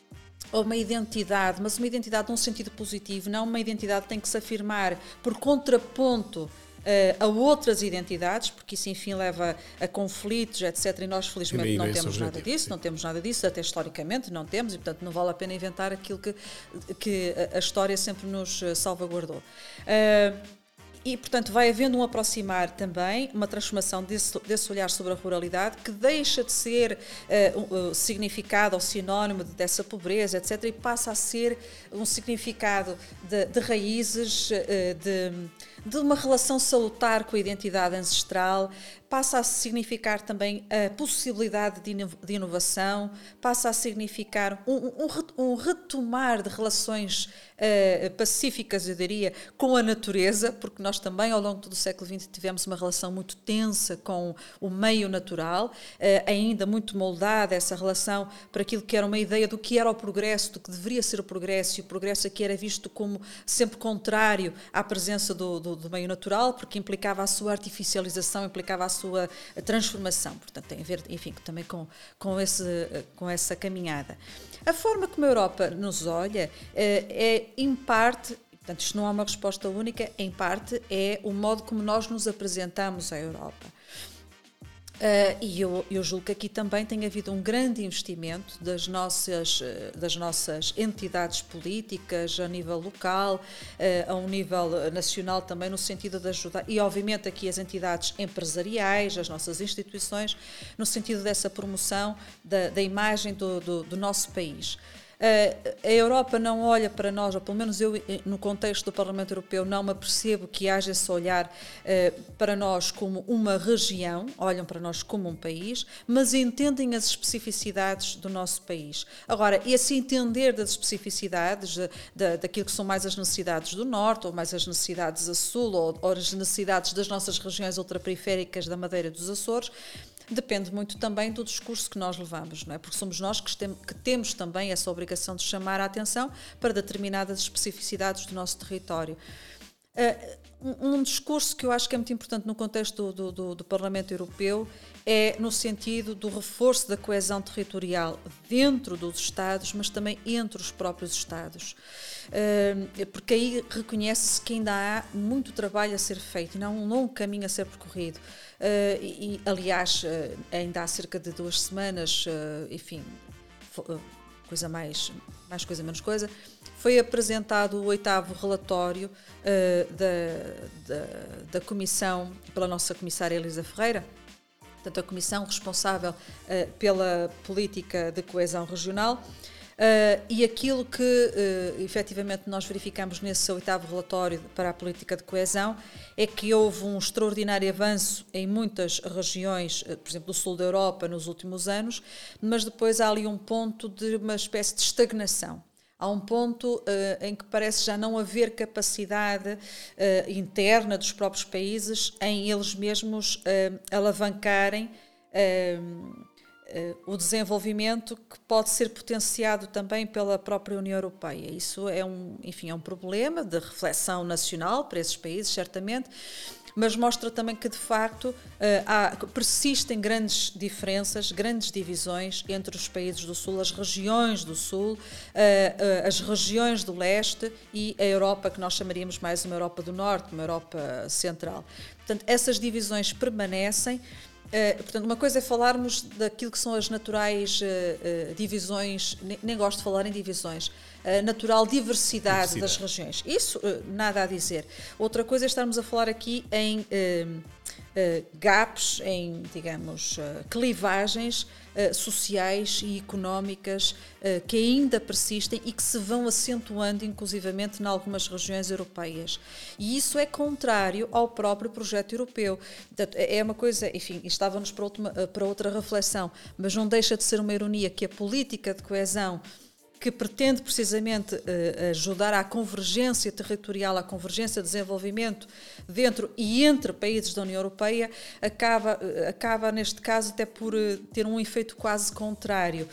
a uma identidade, mas uma identidade num sentido positivo, não uma identidade que tem que se afirmar por contraponto a outras identidades, porque isso enfim leva a conflitos, etcétera. E nós felizmente não temos nada disso, não temos nada disso, até historicamente não temos, e portanto não vale a pena inventar aquilo que, que a história sempre nos salvaguardou. Uh, E, portanto, vai havendo um aproximar também, uma transformação desse, desse olhar sobre a ruralidade, que deixa de ser uh, um, significado ou sinónimo dessa pobreza, etcétera, e passa a ser um significado de, de raízes, uh, de, de uma relação salutar com a identidade ancestral, passa a significar também a possibilidade de inovação, passa a significar um, um, um retomar de relações uh, pacíficas, eu diria, com a natureza, porque nós também ao longo do século vinte tivemos uma relação muito tensa com o meio natural, uh, ainda muito moldada essa relação para aquilo que era uma ideia do que era o progresso, do que deveria ser o progresso, e o progresso aqui era visto como sempre contrário à presença do, do, do meio natural, porque implicava a sua artificialização, implicava a sua transformação. Portanto, tem a ver, enfim, também com, com, esse, com essa caminhada. A forma como a Europa nos olha é, em parte, portanto, isto não há uma resposta única, em parte é o modo como nós nos apresentamos à Europa. Uh, e eu, eu julgo que aqui também tem havido um grande investimento das nossas, das nossas entidades políticas a nível local, uh, a um nível nacional também, no sentido de ajudar, e obviamente aqui as entidades empresariais, as nossas instituições, no sentido dessa promoção da, da imagem do, do, do nosso país. Uh, a Europa não olha para nós, ou pelo menos eu, no contexto do Parlamento Europeu, não me apercebo que haja esse olhar uh, para nós como uma região, olham para nós como um país, mas entendem as especificidades do nosso país. Agora, esse entender das especificidades, de, de, daquilo que são mais as necessidades do Norte, ou mais as necessidades a Sul, ou, ou as necessidades das nossas regiões ultraperiféricas da Madeira e dos Açores, depende muito também do discurso que nós levamos, não é? Porque somos nós que, tem, que temos também essa obrigação de chamar a atenção para determinadas especificidades do nosso território. Uh, um, um discurso que eu acho que é muito importante no contexto do, do, do Parlamento Europeu é no sentido do reforço da coesão territorial dentro dos Estados, mas também entre os próprios Estados. Uh, porque aí reconhece-se que ainda há muito trabalho a ser feito, e não um longo caminho a ser percorrido. Uh, e, e, aliás, uh, ainda há cerca de duas semanas, uh, enfim, uh, coisa mais, mais coisa menos coisa, foi apresentado o oitavo relatório uh, da, da, da Comissão, pela nossa comissária Elisa Ferreira, portanto a Comissão responsável uh, pela política de coesão regional, Uh, e aquilo que uh, efetivamente nós verificamos nesse oitavo relatório para a política de coesão é que houve um extraordinário avanço em muitas regiões, uh, por exemplo, do sul da Europa nos últimos anos, mas depois há ali um ponto de uma espécie de estagnação. Há um ponto uh, em que parece já não haver capacidade uh, interna dos próprios países em eles mesmos uh, alavancarem uh, Uh, o desenvolvimento que pode ser potenciado também pela própria União Europeia. Isso é um, enfim, é um problema de reflexão nacional para esses países, certamente, mas mostra também que, de facto, uh, há, persistem grandes diferenças, grandes divisões entre os países do Sul, as regiões do Sul, uh, uh, as regiões do Leste e a Europa, que nós chamaríamos mais uma Europa do Norte, uma Europa Central. Portanto, essas divisões permanecem. Uh, portanto, uma coisa é falarmos daquilo que são as naturais uh, uh, divisões, nem, nem gosto de falar em divisões, a uh, natural diversidade, diversidade das regiões. Isso, uh, nada a dizer. Outra coisa é estarmos a falar aqui em uh, uh, gaps, em, digamos, uh, clivagens uh, sociais e económicas uh, que ainda persistem e que se vão acentuando, inclusivamente, em algumas regiões europeias. E isso é contrário ao próprio projeto europeu. Portanto, é uma coisa, enfim, estávamos para, última, para outra reflexão, mas não deixa de ser uma ironia que a política de coesão, que pretende precisamente uh, ajudar à convergência territorial, à convergência de desenvolvimento dentro e entre países da União Europeia, acaba, uh, acaba neste caso até por uh, ter um efeito quase contrário.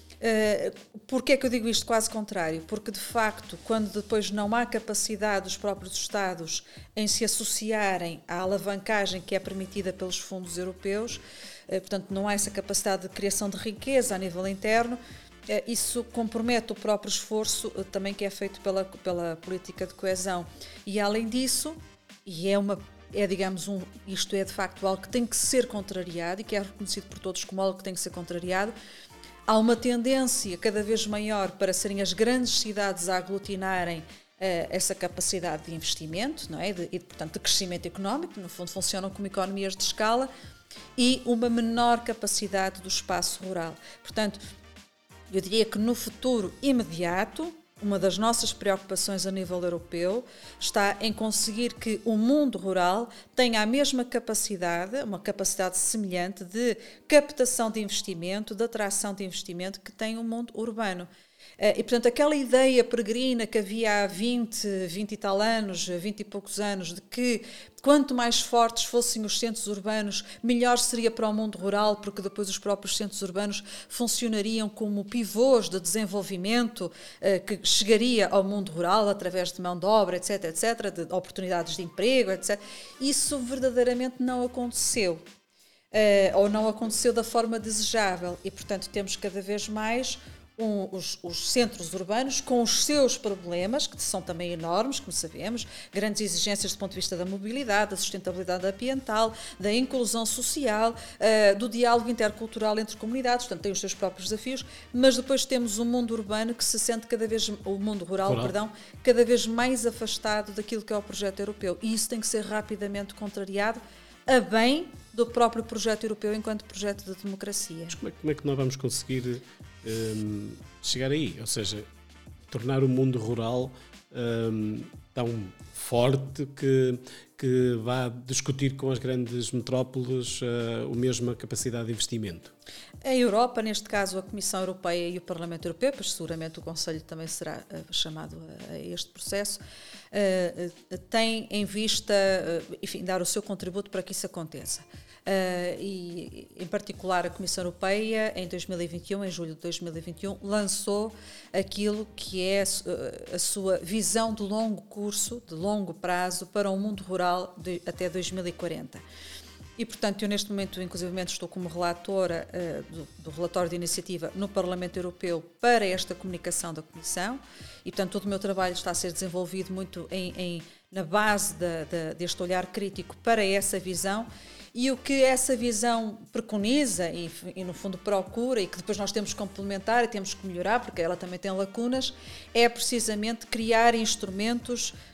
Uh, Porquê é que eu digo isto quase contrário? Porque, de facto, quando depois não há capacidade dos próprios Estados em se associarem à alavancagem que é permitida pelos fundos europeus, uh, portanto, não há essa capacidade de criação de riqueza a nível interno, uh, isso compromete o próprio esforço uh, também que é feito pela, pela política de coesão. E, além disso, e é uma é, digamos, um, isto é, de facto, algo que tem que ser contrariado e que é reconhecido por todos como algo que tem que ser contrariado. Há uma tendência cada vez maior para serem as grandes cidades a aglutinarem uh, essa capacidade de investimento, não é? de, e, portanto, de crescimento económico, no fundo funcionam como economias de escala, e uma menor capacidade do espaço rural. Portanto, eu diria que no futuro imediato, uma das nossas preocupações a nível europeu está em conseguir que o mundo rural tenha a mesma capacidade, uma capacidade semelhante de captação de investimento, de atração de investimento que tem o mundo urbano. E, portanto, aquela ideia peregrina que havia há vinte, vinte e tal anos, vinte e poucos anos, de que quanto mais fortes fossem os centros urbanos, melhor seria para o mundo rural, porque depois os próprios centros urbanos funcionariam como pivôs de desenvolvimento que chegaria ao mundo rural através de mão de obra, etc, etc, de oportunidades de emprego, etcétera. Isso verdadeiramente não aconteceu. Ou não aconteceu da forma desejável e, portanto, temos cada vez mais Um, os, os centros urbanos com os seus problemas, que são também enormes, como sabemos, grandes exigências do ponto de vista da mobilidade, da sustentabilidade ambiental, da inclusão social, uh, do diálogo intercultural entre comunidades, portanto tem os seus próprios desafios, mas depois temos um mundo urbano que se sente cada vez, o mundo rural, rural. Perdão, cada vez mais afastado daquilo que é o projeto europeu, e isso tem que ser rapidamente contrariado a bem do próprio projeto europeu enquanto projeto de democracia. Mas como é, como é que nós vamos conseguir um, chegar aí? Ou seja, tornar o mundo rural um, tão forte que, que vá discutir com as grandes metrópoles uh, a mesma capacidade de investimento? A Europa, neste caso a Comissão Europeia e o Parlamento Europeu, pois seguramente o Conselho também será uh, chamado a, a este processo, uh, uh, tem em vista, uh, enfim, dar o seu contributo para que isso aconteça. Uh, e, em particular, a Comissão Europeia, em dois mil e vinte e um, em julho de dois mil e vinte e um, lançou aquilo que é a, a sua visão de longo curso, de longo prazo, para um mundo rural de, até dois mil e quarenta. E, portanto, eu neste momento, inclusive, estou como relatora uh, do, do relatório de iniciativa no Parlamento Europeu para esta comunicação da Comissão, e, portanto, todo o meu trabalho está a ser desenvolvido muito em, em, na base da, da, deste olhar crítico para essa visão. E o que essa visão preconiza e, e, no fundo, procura, e que depois nós temos que complementar e temos que melhorar, porque ela também tem lacunas, é precisamente criar instrumentos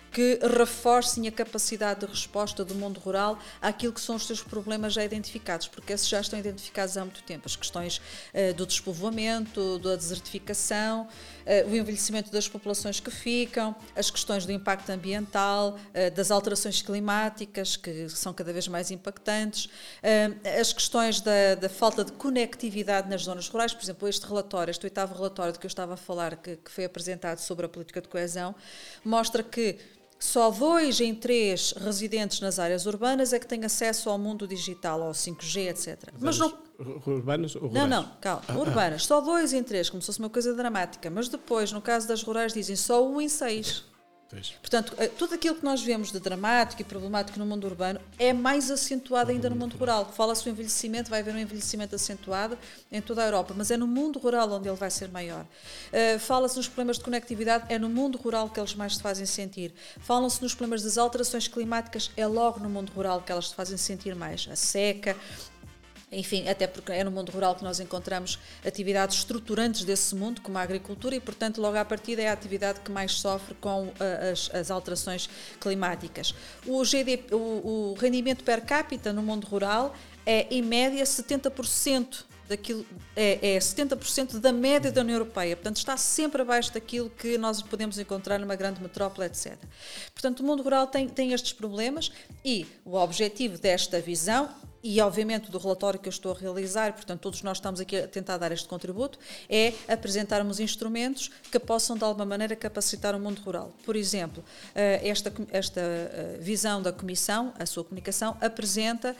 que reforcem a capacidade de resposta do mundo rural àquilo que são os seus problemas já identificados, porque esses já estão identificados há muito tempo. As questões uh, do despovoamento, da desertificação, uh, o envelhecimento das populações que ficam, as questões do impacto ambiental, uh, das alterações climáticas, que são cada vez mais impactantes, uh, as questões da, da falta de conectividade nas zonas rurais. Por exemplo, este relatório, este oitavo relatório de que eu estava a falar, que, que foi apresentado sobre a política de coesão, mostra que só dois em três residentes nas áreas urbanas é que têm acesso ao mundo digital, ao cinco G, etcétera. Mas não, urbanas ou não, rurais? não, calma, ah, urbanas. Ah. Só dois em três, como se fosse uma coisa dramática. Mas depois, no caso das rurais, dizem só um em seis. Pois. Portanto, tudo aquilo que nós vemos de dramático e problemático no mundo urbano é mais acentuado ainda no mundo rural. Fala-se do envelhecimento, vai haver um envelhecimento acentuado em toda a Europa, mas é no mundo rural onde ele vai ser maior. Uh, Fala-se nos problemas de conectividade, é no mundo rural que eles mais se fazem sentir. Falam-se nos problemas das alterações climáticas, é logo no mundo rural que elas se fazem sentir mais. A seca... Enfim, até porque é no mundo rural que nós encontramos atividades estruturantes desse mundo, como a agricultura, e, portanto, logo à partida é a atividade que mais sofre com uh, as, as alterações climáticas. O, G D P, o, o rendimento per capita no mundo rural é, em média, setenta por cento daquilo, é, é setenta por cento da média da União Europeia, portanto está sempre abaixo daquilo que nós podemos encontrar numa grande metrópole, etcétera. Portanto, o mundo rural tem, tem estes problemas e o objetivo desta visão e, obviamente, do relatório que eu estou a realizar, portanto, todos nós estamos aqui a tentar dar este contributo, é apresentarmos instrumentos que possam, de alguma maneira, capacitar o mundo rural. Por exemplo, esta, esta visão da Comissão, a sua comunicação, apresenta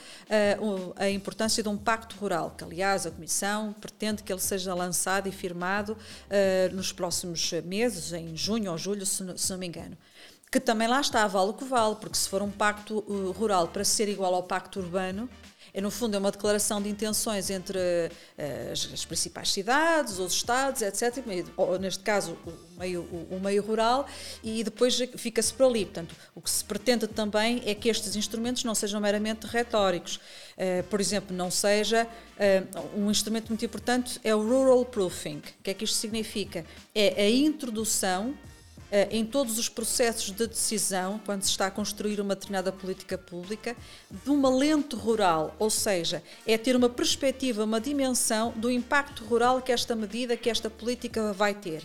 a importância de um pacto rural, que, aliás, a Comissão pretende que ele seja lançado e firmado nos próximos meses, em junho ou julho, se não me engano. Que também lá está, vale o que vale, porque se for um pacto uh, rural para ser igual ao pacto urbano, é, no fundo é uma declaração de intenções entre uh, as, as principais cidades, os estados, etcétera, ou, neste caso o meio, o, o meio rural, e depois fica-se por ali. Portanto, o que se pretende também é que estes instrumentos não sejam meramente retóricos. Uh, por exemplo, não seja uh, um instrumento muito importante é o rural proofing. O que é que isto significa? É a introdução em todos os processos de decisão, quando se está a construir uma determinada política pública, de uma lente rural, ou seja, é ter uma perspectiva, uma dimensão do impacto rural que esta medida, que esta política vai ter.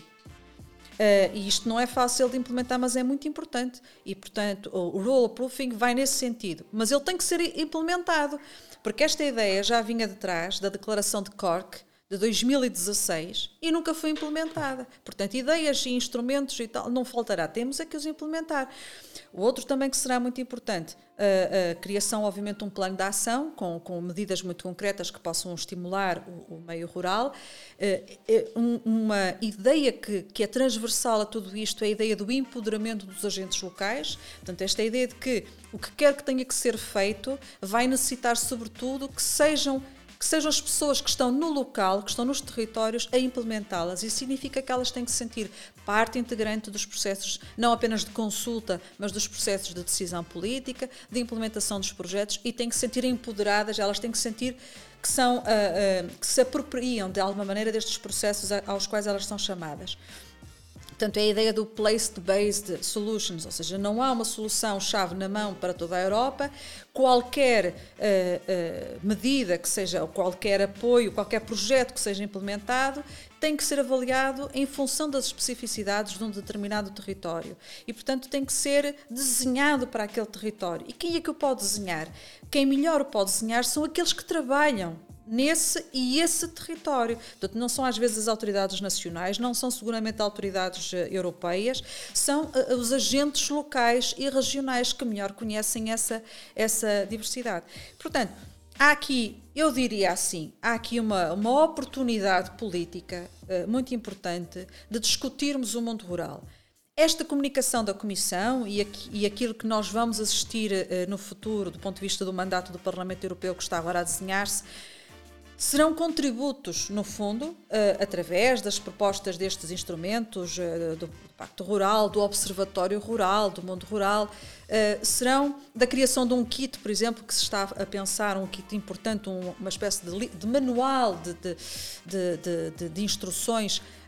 Uh, e isto não é fácil de implementar, mas é muito importante. E, portanto, o rural proofing vai nesse sentido. Mas ele tem que ser implementado, porque esta ideia já vinha de trás da Declaração de Cork, de dois mil e dezasseis, e nunca foi implementada. Portanto, ideias e instrumentos e tal, não faltará. Temos é que os implementar. O outro também que será muito importante, a, a criação, obviamente, de um plano de ação com, com medidas muito concretas que possam estimular o, o meio rural. Um, uma ideia que, que é transversal a tudo isto é a ideia do empoderamento dos agentes locais. Portanto, esta ideia de que o que quer que tenha que ser feito vai necessitar, sobretudo, que sejam que sejam as pessoas que estão no local, que estão nos territórios, a implementá-las. Isso significa que elas têm que se sentir parte integrante dos processos, não apenas de consulta, mas dos processos de decisão política, de implementação dos projetos, e têm que se sentir empoderadas, elas têm que sentir que, são, uh, uh, que se apropriam de alguma maneira destes processos aos quais elas são chamadas. Portanto, é a ideia do place-based solutions, ou seja, não há uma solução-chave na mão para toda a Europa. Qualquer uh, uh, medida que seja, ou qualquer apoio, qualquer projeto que seja implementado, tem que ser avaliado em função das especificidades de um determinado território. E, portanto, tem que ser desenhado para aquele território. E quem é que o pode desenhar? Quem melhor o pode desenhar são aqueles que trabalham nesse e esse território. Portanto, não são às vezes as autoridades nacionais, não são seguramente autoridades uh, europeias, são uh, os agentes locais e regionais que melhor conhecem essa, essa diversidade. Portanto, há aqui, eu diria assim, há aqui uma, uma oportunidade política uh, muito importante de discutirmos o mundo rural. Esta comunicação da Comissão e, aqui, e aquilo que nós vamos assistir uh, no futuro, do ponto de vista do mandato do Parlamento Europeu que está agora a desenhar-se, serão contributos, no fundo, uh, através das propostas destes instrumentos, uh, do, do Pacto Rural, do Observatório Rural, do Mundo Rural, uh, serão da criação de um kit, por exemplo, que se está a pensar, um kit importante, um, uma espécie de, de manual de, de, de, de, de instruções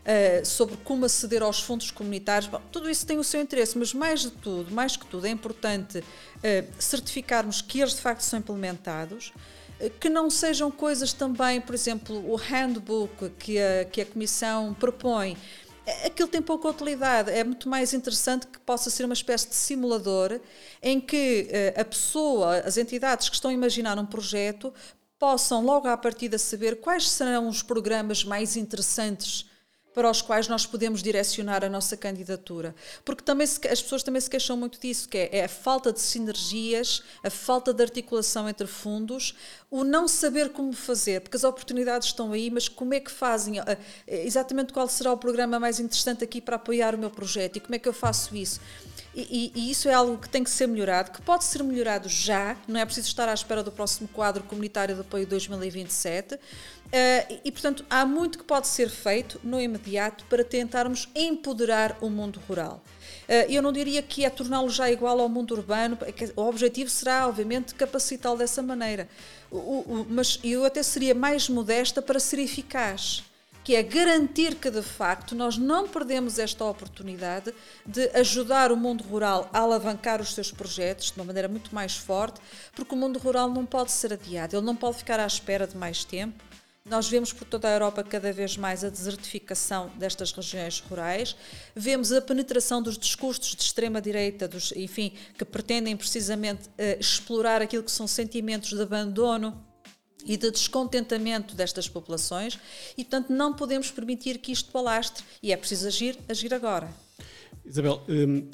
uh, sobre como aceder aos fundos comunitários. Bom, tudo isso tem o seu interesse, mas mais de tudo, mais que tudo, é importante uh, certificarmos que eles de facto são implementados, uh, que não sejam coisas também, por exemplo, o handbook que a, que a Comissão propõe. Aquilo tem pouca utilidade, é muito mais interessante que possa ser uma espécie de simulador em que uh, a pessoa, as entidades que estão a imaginar um projeto possam logo à partida saber quais serão os programas mais interessantes para os quais nós podemos direcionar a nossa candidatura. Porque também se, as pessoas também se queixam muito disso, que é, é a falta de sinergias, a falta de articulação entre fundos, o não saber como fazer, porque as oportunidades estão aí, mas como é que fazem? Exatamente qual será o programa mais interessante aqui para apoiar o meu projeto e como é que eu faço isso? E, e, e isso é algo que tem que ser melhorado, que pode ser melhorado já, não é preciso estar à espera do próximo quadro comunitário de apoio dois mil e vinte e sete, uh, e, e portanto há muito que pode ser feito no imediato para tentarmos empoderar o mundo rural. Uh, eu não diria que é torná-lo já igual ao mundo urbano, o objetivo será obviamente capacitá-lo dessa maneira, o, o, mas eu até seria mais modesta para ser eficaz, que é garantir que, de facto, nós não perdemos esta oportunidade de ajudar o mundo rural a alavancar os seus projetos de uma maneira muito mais forte, porque o mundo rural não pode ser adiado, ele não pode ficar à espera de mais tempo. Nós vemos por toda a Europa cada vez mais a desertificação destas regiões rurais, vemos a penetração dos discursos de extrema-direita, dos, enfim, que pretendem precisamente uh, explorar aquilo que são sentimentos de abandono e de descontentamento destas populações e, portanto, não podemos permitir que isto alastre e é preciso agir, agir agora. Isabel, hum,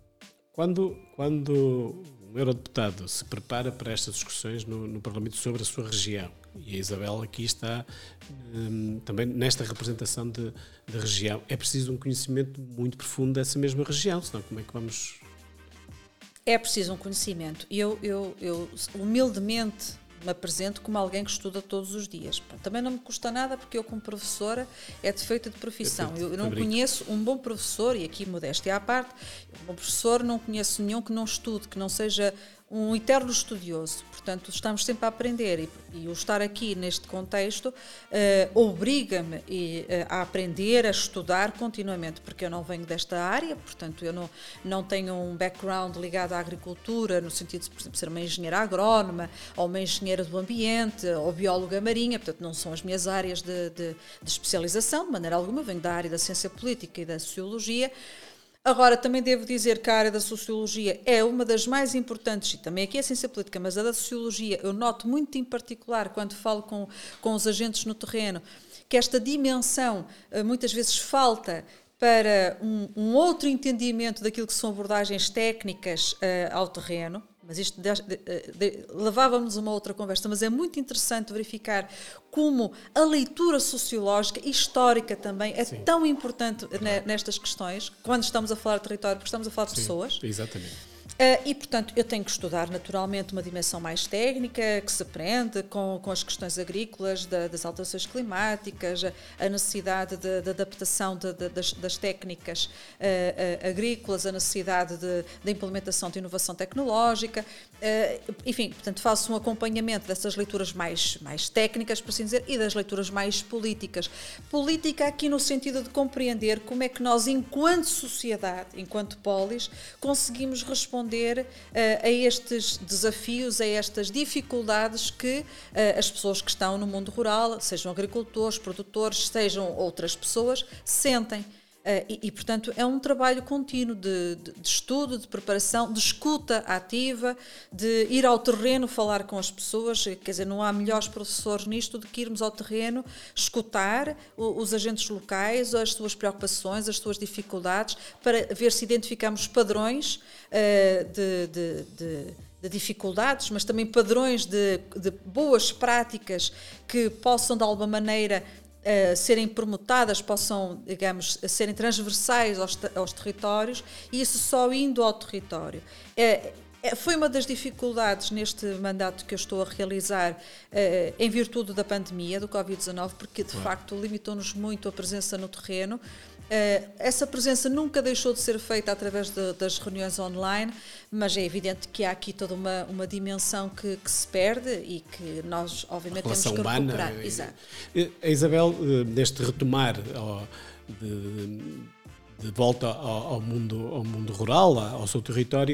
quando, quando um eurodeputado se prepara para estas discussões no, no Parlamento sobre a sua região, e a Isabel aqui está hum, também nesta representação de, de região, é preciso um conhecimento muito profundo dessa mesma região, senão como é que vamos... É preciso um conhecimento. Eu, eu, eu humildemente me apresento como alguém que estuda todos os dias. Também não me custa nada, porque eu, como professora, é defeito de profissão. Eu não conheço um bom professor, e aqui modéstia à parte, um bom professor não conheço nenhum que não estude, que não seja um eterno estudioso. Portanto, estamos sempre a aprender e, e o estar aqui neste contexto uh, obriga-me uh, a aprender, a estudar continuamente, porque eu não venho desta área, portanto, eu não, não tenho um background ligado à agricultura, no sentido de, por exemplo, ser uma engenheira agrónoma, ou uma engenheira do ambiente, ou bióloga marinha, portanto, não são as minhas áreas de, de, de especialização, de maneira alguma, eu venho da área da ciência política e da sociologia. Agora, também devo dizer que a área da sociologia é uma das mais importantes, e também aqui é a ciência política, mas a da sociologia eu noto muito em particular quando falo com, com os agentes no terreno, que esta dimensão muitas vezes falta para um, um outro entendimento daquilo que são abordagens técnicas uh, ao terreno. Mas isto de, de, de, levava-nos a uma outra conversa, mas é muito interessante verificar como a leitura sociológica e histórica também é Sim. tão importante ne, nestas questões, quando estamos a falar de território, porque estamos a falar de Sim, pessoas. Exatamente. Uh, e, portanto, eu tenho que estudar naturalmente uma dimensão mais técnica, que se prende com, com as questões agrícolas, da, das alterações climáticas, a, a necessidade de, de adaptação de, de, das, das técnicas uh, uh, agrícolas, a necessidade de, de implementação de inovação tecnológica. Uh, enfim, portanto, faço um acompanhamento dessas leituras mais, mais técnicas, por assim dizer, e das leituras mais políticas. Política aqui no sentido de compreender como é que nós, enquanto sociedade, enquanto polis, conseguimos responder Uh, a estes desafios, a estas dificuldades que uh, as pessoas que estão no mundo rural, sejam agricultores, produtores, sejam outras pessoas, sentem. Uh, e, e, portanto, é um trabalho contínuo de, de, de estudo, de preparação, de escuta ativa, de ir ao terreno falar com as pessoas. Quer dizer, não há melhores professores nisto do que irmos ao terreno, escutar o, os agentes locais, as suas preocupações, as suas dificuldades, para ver se identificamos padrões uh, de, de, de de dificuldades, mas também padrões de, de boas práticas que possam, de alguma maneira, Uh, serem permutadas, possam, digamos, serem transversais aos, aos territórios, e isso só indo ao território. É, é, foi uma das dificuldades neste mandato que eu estou a realizar uh, em virtude da pandemia, do covid dezanove, porque de claro. facto limitou-nos muito a presença no terreno. Uh, essa presença nunca deixou de ser feita através de, das reuniões online, mas é evidente que há aqui toda uma, uma dimensão que, que se perde e que nós, obviamente, temos que humana, recuperar. Exato. A Isabel, neste retomar ao, de, de volta ao, ao, mundo, ao mundo rural, ao seu território,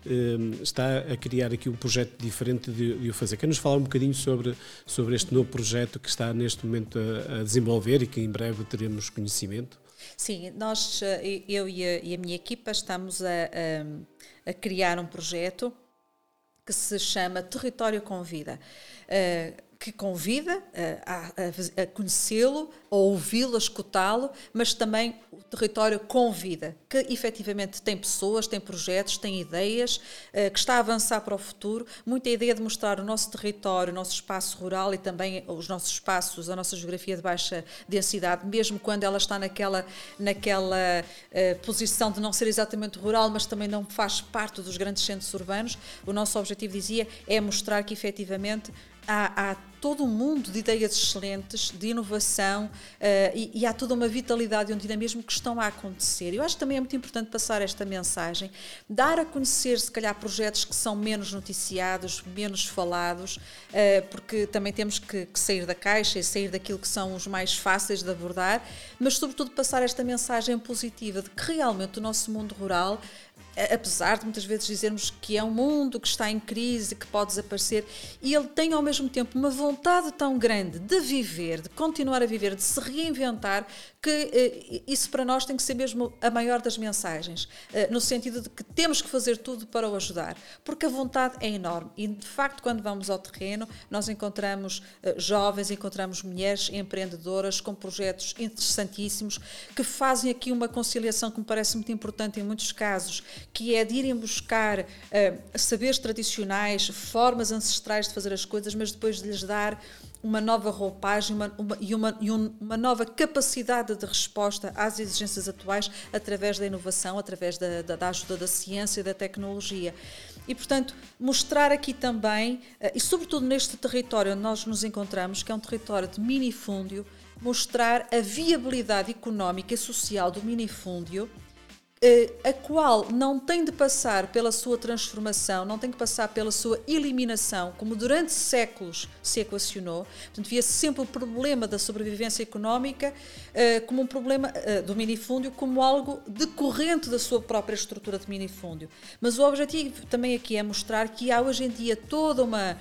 está a criar aqui um projeto diferente de, de o fazer. Quer nos falar um bocadinho sobre, sobre este novo projeto que está neste momento a, a desenvolver e que em breve teremos conhecimento? Sim, nós, eu e a, e a minha equipa estamos a, a, a criar um projeto que se chama Território Convida, uh, que convida a, a, a conhecê-lo, a ouvi-lo, a escutá-lo, mas também o território convida, que efetivamente tem pessoas, tem projetos, tem ideias, uh, que está a avançar para o futuro. Muita ideia de mostrar o nosso território, o nosso espaço rural e também os nossos espaços, a nossa geografia de baixa densidade, mesmo quando ela está naquela, naquela uh, posição de não ser exatamente rural, mas também não faz parte dos grandes centros urbanos. O nosso objetivo, dizia, é mostrar que efetivamente Há, há todo um mundo de ideias excelentes, de inovação, uh, e, e há toda uma vitalidade e um dinamismo que estão a acontecer. Eu acho que também é muito importante passar esta mensagem, dar a conhecer, se calhar, projetos que são menos noticiados, menos falados, uh, porque também temos que, que sair da caixa e sair daquilo que são os mais fáceis de abordar, mas, sobretudo, passar esta mensagem positiva de que realmente o nosso mundo rural, apesar de muitas vezes dizermos que é um mundo que está em crise, que pode desaparecer, e ele tem ao mesmo tempo uma vontade tão grande de viver, de continuar a viver, de se reinventar, que eh, isso para nós tem que ser mesmo a maior das mensagens, eh, no sentido de que temos que fazer tudo para o ajudar, porque a vontade é enorme e, de facto, quando vamos ao terreno, nós encontramos eh, jovens, encontramos mulheres empreendedoras com projetos interessantíssimos, que fazem aqui uma conciliação que me parece muito importante em muitos casos, que é de irem buscar uh, saberes tradicionais, formas ancestrais de fazer as coisas, mas depois de lhes dar uma nova roupagem uma, uma, e, uma, e um, uma nova capacidade de resposta às exigências atuais através da inovação, através da, da, da ajuda da ciência e da tecnologia. E, portanto, mostrar aqui também, uh, e sobretudo neste território onde nós nos encontramos, que é um território de minifúndio, mostrar a viabilidade económica e social do minifúndio, a qual não tem de passar pela sua transformação, não tem que passar pela sua eliminação, como durante séculos se equacionou. Portanto, via-se sempre o problema da sobrevivência económica como um problema do minifúndio, como algo decorrente da sua própria estrutura de minifúndio. Mas o objetivo também aqui é mostrar que há hoje em dia toda uma,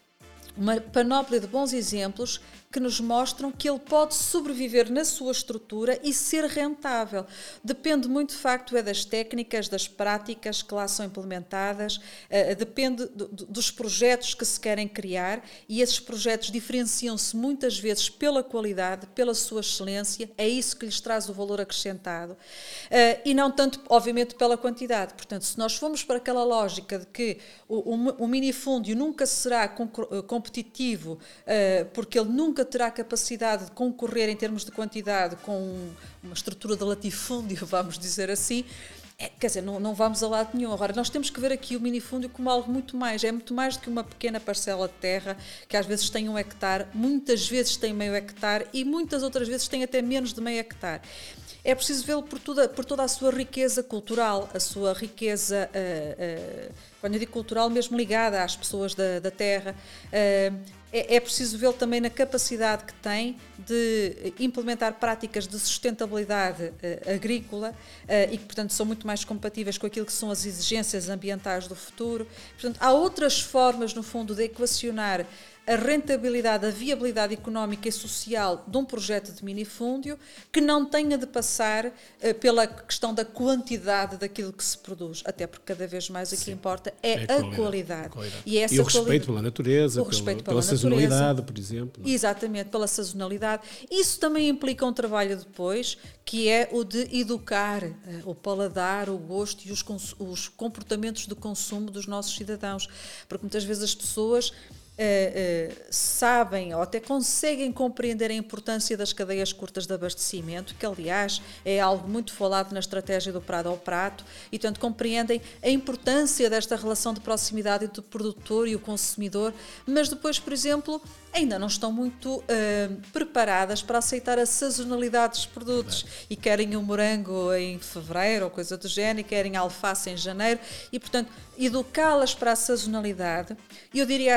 uma panóplia de bons exemplos que nos mostram que ele pode sobreviver na sua estrutura e ser rentável. Depende muito, de facto, é das técnicas, das práticas que lá são implementadas, uh, depende do, do, dos projetos que se querem criar, e esses projetos diferenciam-se muitas vezes pela qualidade, pela sua excelência, é isso que lhes traz o valor acrescentado, uh, e não tanto, obviamente, pela quantidade. Portanto, se nós formos para aquela lógica de que o, o, o minifúndio nunca será competitivo, uh, porque ele nunca terá capacidade de concorrer em termos de quantidade com uma estrutura de latifúndio, vamos dizer assim, é, quer dizer, não, não vamos a lado nenhum. Agora, nós temos que ver aqui o minifúndio como algo muito mais, é muito mais do que uma pequena parcela de terra, que às vezes tem um hectare, muitas vezes tem meio hectare e muitas outras vezes tem até menos de meio hectare. É preciso vê-lo por toda, por toda a sua riqueza cultural, a sua riqueza, uh, uh, quando eu digo cultural, mesmo ligada às pessoas da, da terra. Uh, é, é preciso vê-lo também na capacidade que tem de implementar práticas de sustentabilidade uh, agrícola uh, e que, portanto, são muito mais compatíveis com aquilo que são as exigências ambientais do futuro. Portanto, há outras formas, no fundo, de equacionar a rentabilidade, a viabilidade económica e social de um projeto de minifúndio que não tenha de passar uh, pela questão da quantidade daquilo que se produz, até porque cada vez mais o que importa é, é a qualidade. qualidade. qualidade. E, essa e o respeito qualidade, pela natureza, o respeito pela, pela, pela sazonalidade, por exemplo. Não? Exatamente, pela sazonalidade. Isso também implica um trabalho depois, que é o de educar uh, o paladar, o gosto e os, os comportamentos de consumo dos nossos cidadãos, porque muitas vezes as pessoas Uh, uh, sabem ou até conseguem compreender a importância das cadeias curtas de abastecimento, que aliás é algo muito falado na estratégia do Prado ao Prato, e portanto compreendem a importância desta relação de proximidade entre o produtor e o consumidor, mas depois, por exemplo, ainda não estão muito uh, preparadas para aceitar a sazonalidade dos produtos e querem o morango em fevereiro ou coisa do género, e querem a alface em janeiro, e portanto educá-las para a sazonalidade. Eu diria assim,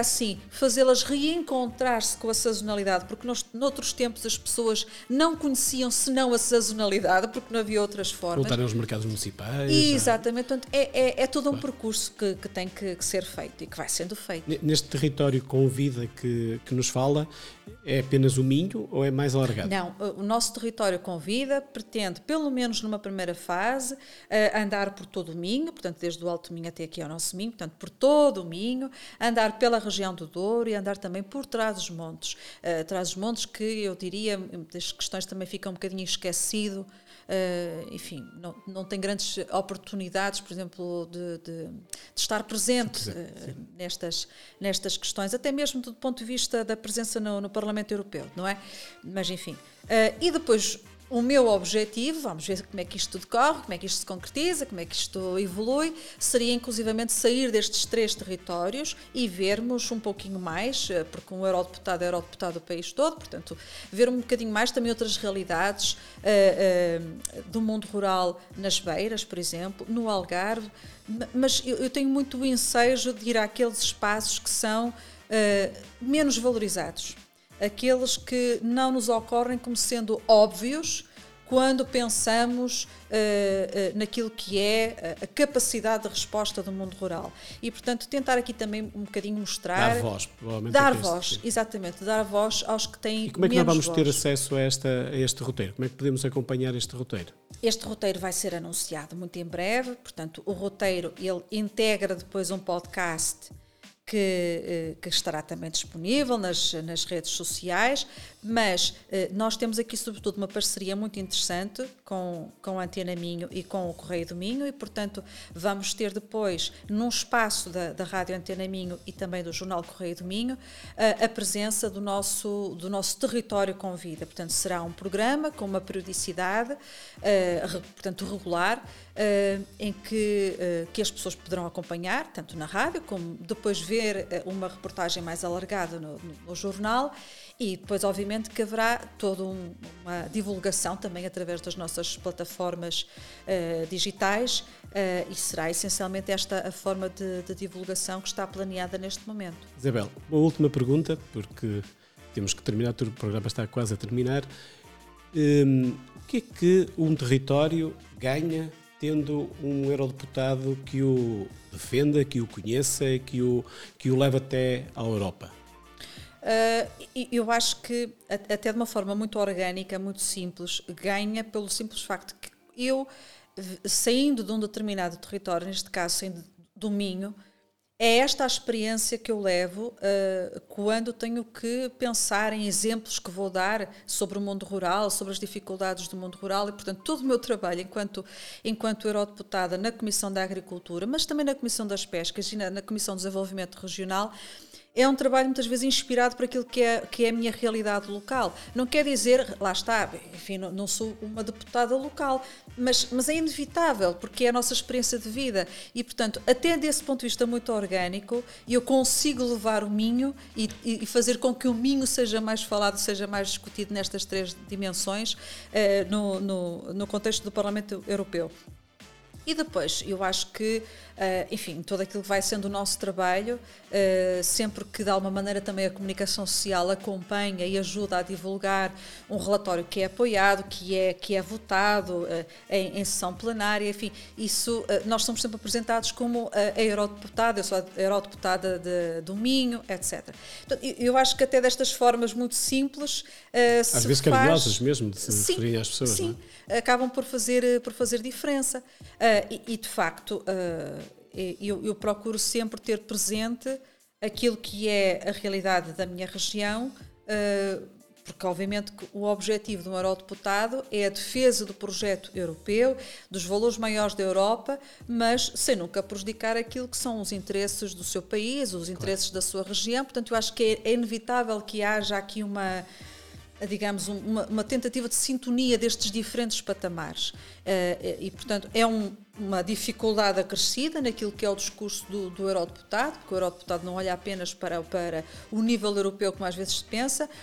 fazê-las reencontrar-se com a sazonalidade, porque nós, noutros tempos as pessoas não conheciam senão a sazonalidade, porque não havia outras formas. Voltarem aos mercados municipais. E, exatamente, portanto, é, é, é todo um claro. percurso que, que tem que, que ser feito e que vai sendo feito. Neste território com vida que, que nos fala, é apenas o Minho ou é mais alargado? Não, o nosso território com vida pretende, pelo menos numa primeira fase, andar por todo o Minho, portanto, desde o Alto Minho até aqui ao nosso Minho, portanto, por todo o Minho, andar pela região do Douro e andar também por Trás-os-Montes. Uh, Trás-os-Montes que, eu diria, muitas questões também ficam um bocadinho esquecido. Uh, enfim, não, não tem grandes oportunidades, por exemplo, de, de, de estar presente uh, nestas, nestas questões, até mesmo do ponto de vista da presença no, no Parlamento Europeu, não é? Mas, enfim. Uh, e depois, o meu objetivo, vamos ver como é que isto decorre, como é que isto se concretiza, como é que isto evolui, seria inclusivamente sair destes três territórios e vermos um pouquinho mais, porque um eurodeputado é eurodeputado do país todo, portanto, ver um bocadinho mais também outras realidades uh, uh, do mundo rural nas Beiras, por exemplo, no Algarve, mas eu, eu tenho muito o ensejo de ir àqueles espaços que são uh, menos valorizados. Aqueles que não nos ocorrem como sendo óbvios quando pensamos uh, uh, naquilo que é a capacidade de resposta do mundo rural. E, portanto, tentar aqui também um bocadinho mostrar... Dar voz, provavelmente. Dar é voz, este, exatamente, dar voz aos que têm menos voz. E como é que nós vamos voz. ter acesso a, esta, a este roteiro? Como é que podemos acompanhar este roteiro? Este roteiro vai ser anunciado muito em breve, portanto, o roteiro, ele integra depois um podcast Que, que estará também disponível nas, nas redes sociais, mas eh, nós temos aqui sobretudo uma parceria muito interessante com, com a Antena Minho e com o Correio do Minho e, portanto, vamos ter depois, num espaço da, da Rádio Antena Minho e também do Jornal Correio do Minho, a, a presença do nosso, do nosso território com vida. Portanto, será um programa com uma periodicidade, eh, re, portanto, regular, eh, em que, eh, que as pessoas poderão acompanhar, tanto na rádio como depois ver uma reportagem mais alargada no, no, no jornal e depois, obviamente, que haverá toda um, uma divulgação também através das nossas plataformas uh, digitais uh, e será essencialmente esta a forma de, de divulgação que está planeada neste momento. Isabel, uma última pergunta, porque temos que terminar, o programa está quase a terminar. Um, o que é que um território ganha tendo um eurodeputado que o defenda, que o conheça e que o, que o leve até à Europa? Uh, eu acho que, até de uma forma muito orgânica, muito simples, ganha pelo simples facto que eu, saindo de um determinado território, neste caso saindo do Minho, é esta a experiência que eu levo uh, quando tenho que pensar em exemplos que vou dar sobre o mundo rural, sobre as dificuldades do mundo rural e, portanto, todo o meu trabalho enquanto, enquanto eurodeputada na Comissão da Agricultura, mas também na Comissão das Pescas e na, na Comissão de Desenvolvimento Regional, é um trabalho muitas vezes inspirado por aquilo que é, que é a minha realidade local. Não quer dizer, lá está, enfim, não, não sou uma deputada local, mas, mas é inevitável, porque é a nossa experiência de vida. E, portanto, até desse ponto de vista muito orgânico, eu consigo levar o Minho e, e fazer com que o Minho seja mais falado, seja mais discutido nestas três dimensões eh, no, no, no contexto do Parlamento Europeu. E depois, eu acho que, enfim, todo aquilo que vai sendo o nosso trabalho, sempre que de alguma maneira também a comunicação social acompanha e ajuda a divulgar um relatório que é apoiado, que é, que é votado em, em sessão plenária, enfim, isso nós somos sempre apresentados como a eurodeputada, eu sou a eurodeputada de, do Minho, etcétera. Então, eu acho que até destas formas muito simples... Às vezes faz... carinhosas mesmo, de se referir às pessoas, sim, não é? Acabam por fazer, por fazer diferença. Uh, e, e, de facto, uh, eu, eu procuro sempre ter presente aquilo que é a realidade da minha região, uh, porque, obviamente, o objetivo de um eurodeputado é a defesa do projeto europeu, dos valores maiores da Europa, mas sem nunca prejudicar aquilo que são os interesses do seu país, os interesses claro. da sua região. Portanto, eu acho que é, é inevitável que haja aqui uma... digamos, uma, uma tentativa de sintonia destes diferentes patamares. Uh, e, portanto, é um, uma dificuldade acrescida naquilo que é o discurso do, do eurodeputado, porque o eurodeputado não olha apenas para, para o nível europeu, como às vezes se pensa,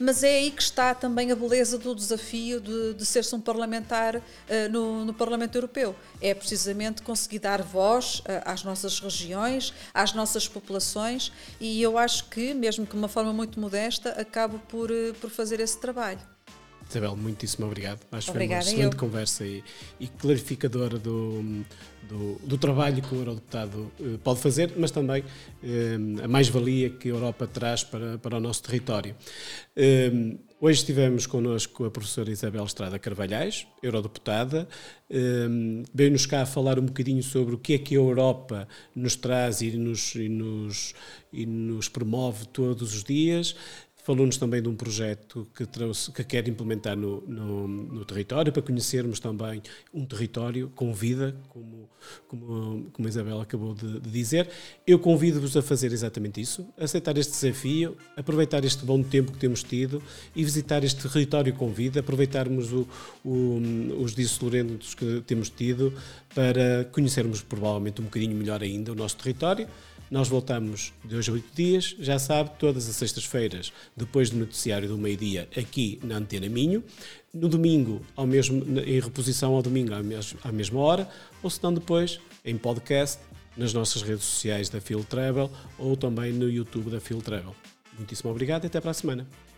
mas é aí que está também a beleza do desafio de, de ser-se um parlamentar uh, no, no Parlamento Europeu. É precisamente conseguir dar voz uh, às nossas regiões, às nossas populações, e eu acho que, mesmo que de uma forma muito modesta, acabo por, uh, por fazer esse trabalho. Isabel, muitíssimo obrigado. Acho que foi Obrigada, uma excelente eu. conversa e, e clarificadora do, do, do trabalho que o eurodeputado eh, pode fazer, mas também eh, a mais-valia que a Europa traz para, para o nosso território. Eh, hoje estivemos connosco a professora Isabel Estrada Carvalhais, eurodeputada. Eh, veio-nos cá a falar um bocadinho sobre o que é que a Europa nos traz e nos, e nos, e nos promove todos os dias. Falou-nos também de um projeto que, trouxe, que quer implementar no, no, no território, para conhecermos também um território com vida, como, como, como a Isabel acabou de, de dizer. Eu convido-vos a fazer exatamente isso, a aceitar este desafio, aproveitar este bom tempo que temos tido e visitar este território com vida, aproveitarmos o, o, os dias solerentos que temos tido para conhecermos provavelmente um bocadinho melhor ainda o nosso território. Nós voltamos de hoje a oito dias, já sabe, todas as sextas-feiras, depois do noticiário do meio-dia, aqui na Antena Minho. No domingo, ao mesmo, em reposição ao domingo, à mesma hora, ou se não depois, em podcast, nas nossas redes sociais da Field Travel ou também no YouTube da Field Travel. Muitíssimo obrigado e até para a semana.